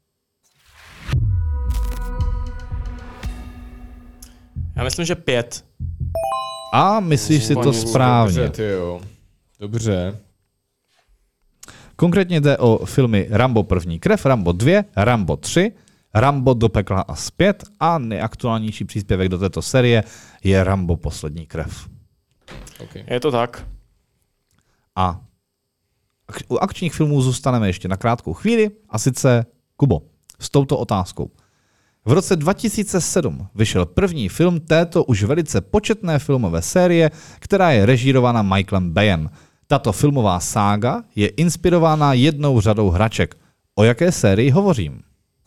Speaker 3: Já myslím, že pět.
Speaker 1: A myslíš si to
Speaker 3: Dobře,
Speaker 1: správně.
Speaker 2: Dobře, tyjo. Dobře.
Speaker 1: Konkrétně jde o filmy Rambo první krev, Rambo dva, Rambo tři, Rambo do pekla a zpět a nejaktuálnější příspěvek do této série je Rambo poslední krev.
Speaker 2: Okay.
Speaker 3: Je to tak.
Speaker 1: A u akčních filmů zůstaneme ještě na krátkou chvíli a sice Kubo s touto otázkou. V roce dva tisíce sedm vyšel první film této už velice početné filmové série, která je režírována Michaelem Bayem. Tato filmová sága je inspirována jednou řadou hraček. O jaké sérii hovořím?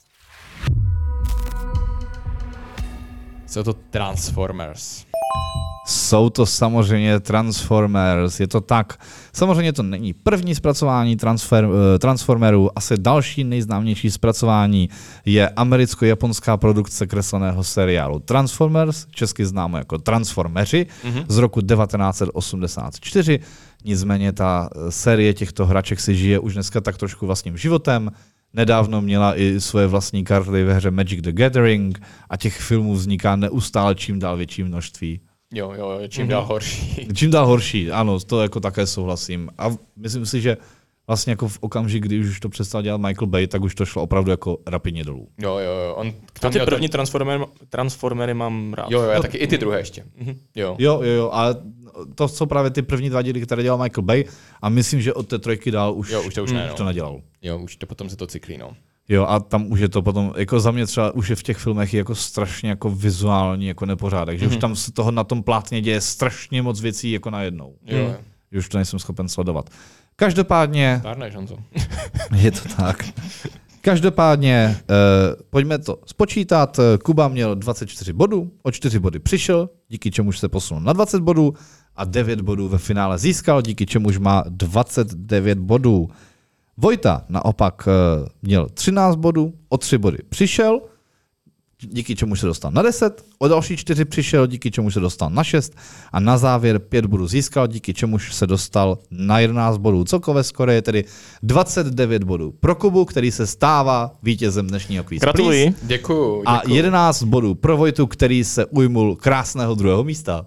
Speaker 2: Jsou to Transformers.
Speaker 1: Jsou to samozřejmě Transformers, je to tak. Samozřejmě to není první zpracování transfer, Transformerů, asi další nejznámější zpracování je americko-japonská produkce kresleného seriálu Transformers, česky známo jako Transformeři, mm-hmm. z roku devatenáct set osmdesát čtyři. Nicméně ta série těchto hraček si žije už dneska tak trošku vlastním životem. Nedávno měla i svoje vlastní karty ve hře Magic the Gathering a těch filmů vzniká neustále čím dál větší množství.
Speaker 2: Jo, jo, čím mm-hmm. dál horší.
Speaker 1: Čím dál horší, ano, to jako také souhlasím. A myslím si, že vlastně jako v okamžik, kdy už to přestal dělat Michael Bay, tak už to šlo opravdu jako rapidně dolů.
Speaker 2: Jo, jo, jo. On
Speaker 3: A ty první ten... transformer, Transformery mám rád.
Speaker 2: Jo, jo, já taky i ty druhé ještě. Mm-hmm. Jo.
Speaker 1: jo, jo, jo, ale to jsou právě ty první dva díly, které dělal Michael Bay a myslím, že od té trojky dál už,
Speaker 2: jo, už to, už ne,
Speaker 1: už
Speaker 2: no.
Speaker 1: to nedělal.
Speaker 2: Jo, už to potom se to cyklí, no.
Speaker 1: Jo, a tam už je to potom, jako za mě třeba už je v těch filmech jako strašně jako vizuální jako nepořádek, že mm-hmm. už tam se toho na tom plátně děje strašně moc věcí jako najednou.
Speaker 2: Jo, jo.
Speaker 1: Že už to nejsem schopen sledovat. Každopádně...
Speaker 2: Stárneš, Honzo.
Speaker 1: Je to tak. Každopádně, uh, pojďme to spočítat. Kuba měl dvacet čtyři bodů, o čtyři body přišel, díky čemuž se posunul na dvacet bodů a devět bodů ve finále získal, díky čemuž má dvacet devět bodů. Vojta naopak uh, měl třináct bodů, o tři body přišel, díky čemu se dostal na deset, o další čtyři přišel, díky čemu se dostal na šest a na závěr pět bodů získal, díky čemuž se dostal na jedenáct bodů. Celkové skore je tedy dvacet devět bodů pro Kubu, který se stává vítězem dnešního Quiz
Speaker 3: Gratuluji.
Speaker 2: Děkuju, děkuju.
Speaker 1: A jedenáct bodů pro Vojtu, který se ujmul krásného druhého místa.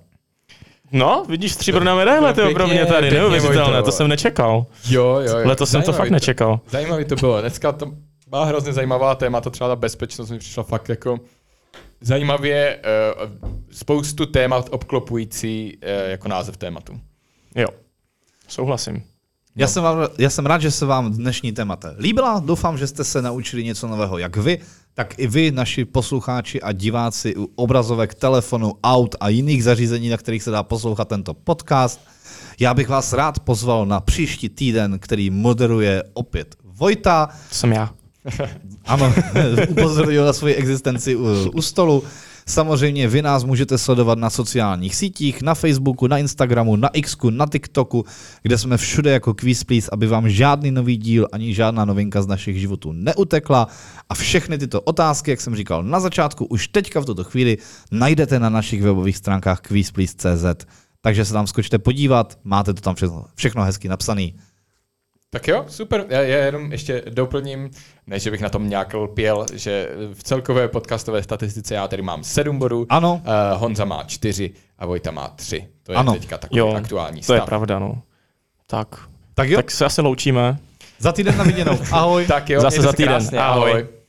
Speaker 3: No, vidíš, stříbrná medaile, to je pro mě tady, neuvěřitelné, to jsem nečekal.
Speaker 2: Jo, jo, jo.
Speaker 3: Letos jsem to fakt nečekal.
Speaker 2: Zajímavý to bylo. Dneska to byla hrozně zajímavá témata, třeba ta bezpečnost mi přišla fakt jako zajímavě uh, spoustu témat obklopující uh, jako název tématu.
Speaker 3: Jo, souhlasím.
Speaker 1: Já jsem, vám, já jsem rád, že se vám dnešní témata líbila. Doufám, že jste se naučili něco nového jak vy, tak i vy, naši posluchači a diváci u obrazovek, telefonu, aut a jiných zařízení, na kterých se dá poslouchat tento podcast. Já bych vás rád pozval na příští týden, který moderuje opět Vojta.
Speaker 3: To jsem já.
Speaker 1: Ano, upozorňuji na svoji existenci u, u stolu. Samozřejmě vy nás můžete sledovat na sociálních sítích, na Facebooku, na Instagramu, na Xku, na TikToku, kde jsme všude jako Quiz Please, aby vám žádný nový díl ani žádná novinka z našich životů neutekla. A všechny tyto otázky, jak jsem říkal na začátku, už teďka v tuto chvíli najdete na našich webových stránkách quiz please tečka cé zet. Takže se tam skočte podívat, máte to tam všechno, všechno hezky napsaný.
Speaker 2: Tak jo, super. Já, já jenom ještě doplním, ne, že bych na tom nějak lpěl, že v celkové podcastové statistice já tady mám sedm bodů,
Speaker 1: ano.
Speaker 2: Uh, Honza má čtyři a Vojta má tři. To je
Speaker 1: ano.
Speaker 2: teďka takový
Speaker 3: jo,
Speaker 2: aktuální
Speaker 3: to
Speaker 2: stav.
Speaker 3: je pravda, no. Tak.
Speaker 1: Tak jo.
Speaker 3: Tak se asi loučíme.
Speaker 1: Za týden na viděnou. Ahoj.
Speaker 2: Tak jo,
Speaker 3: zase za týden.
Speaker 2: Krásně.
Speaker 3: Ahoj.
Speaker 2: Ahoj.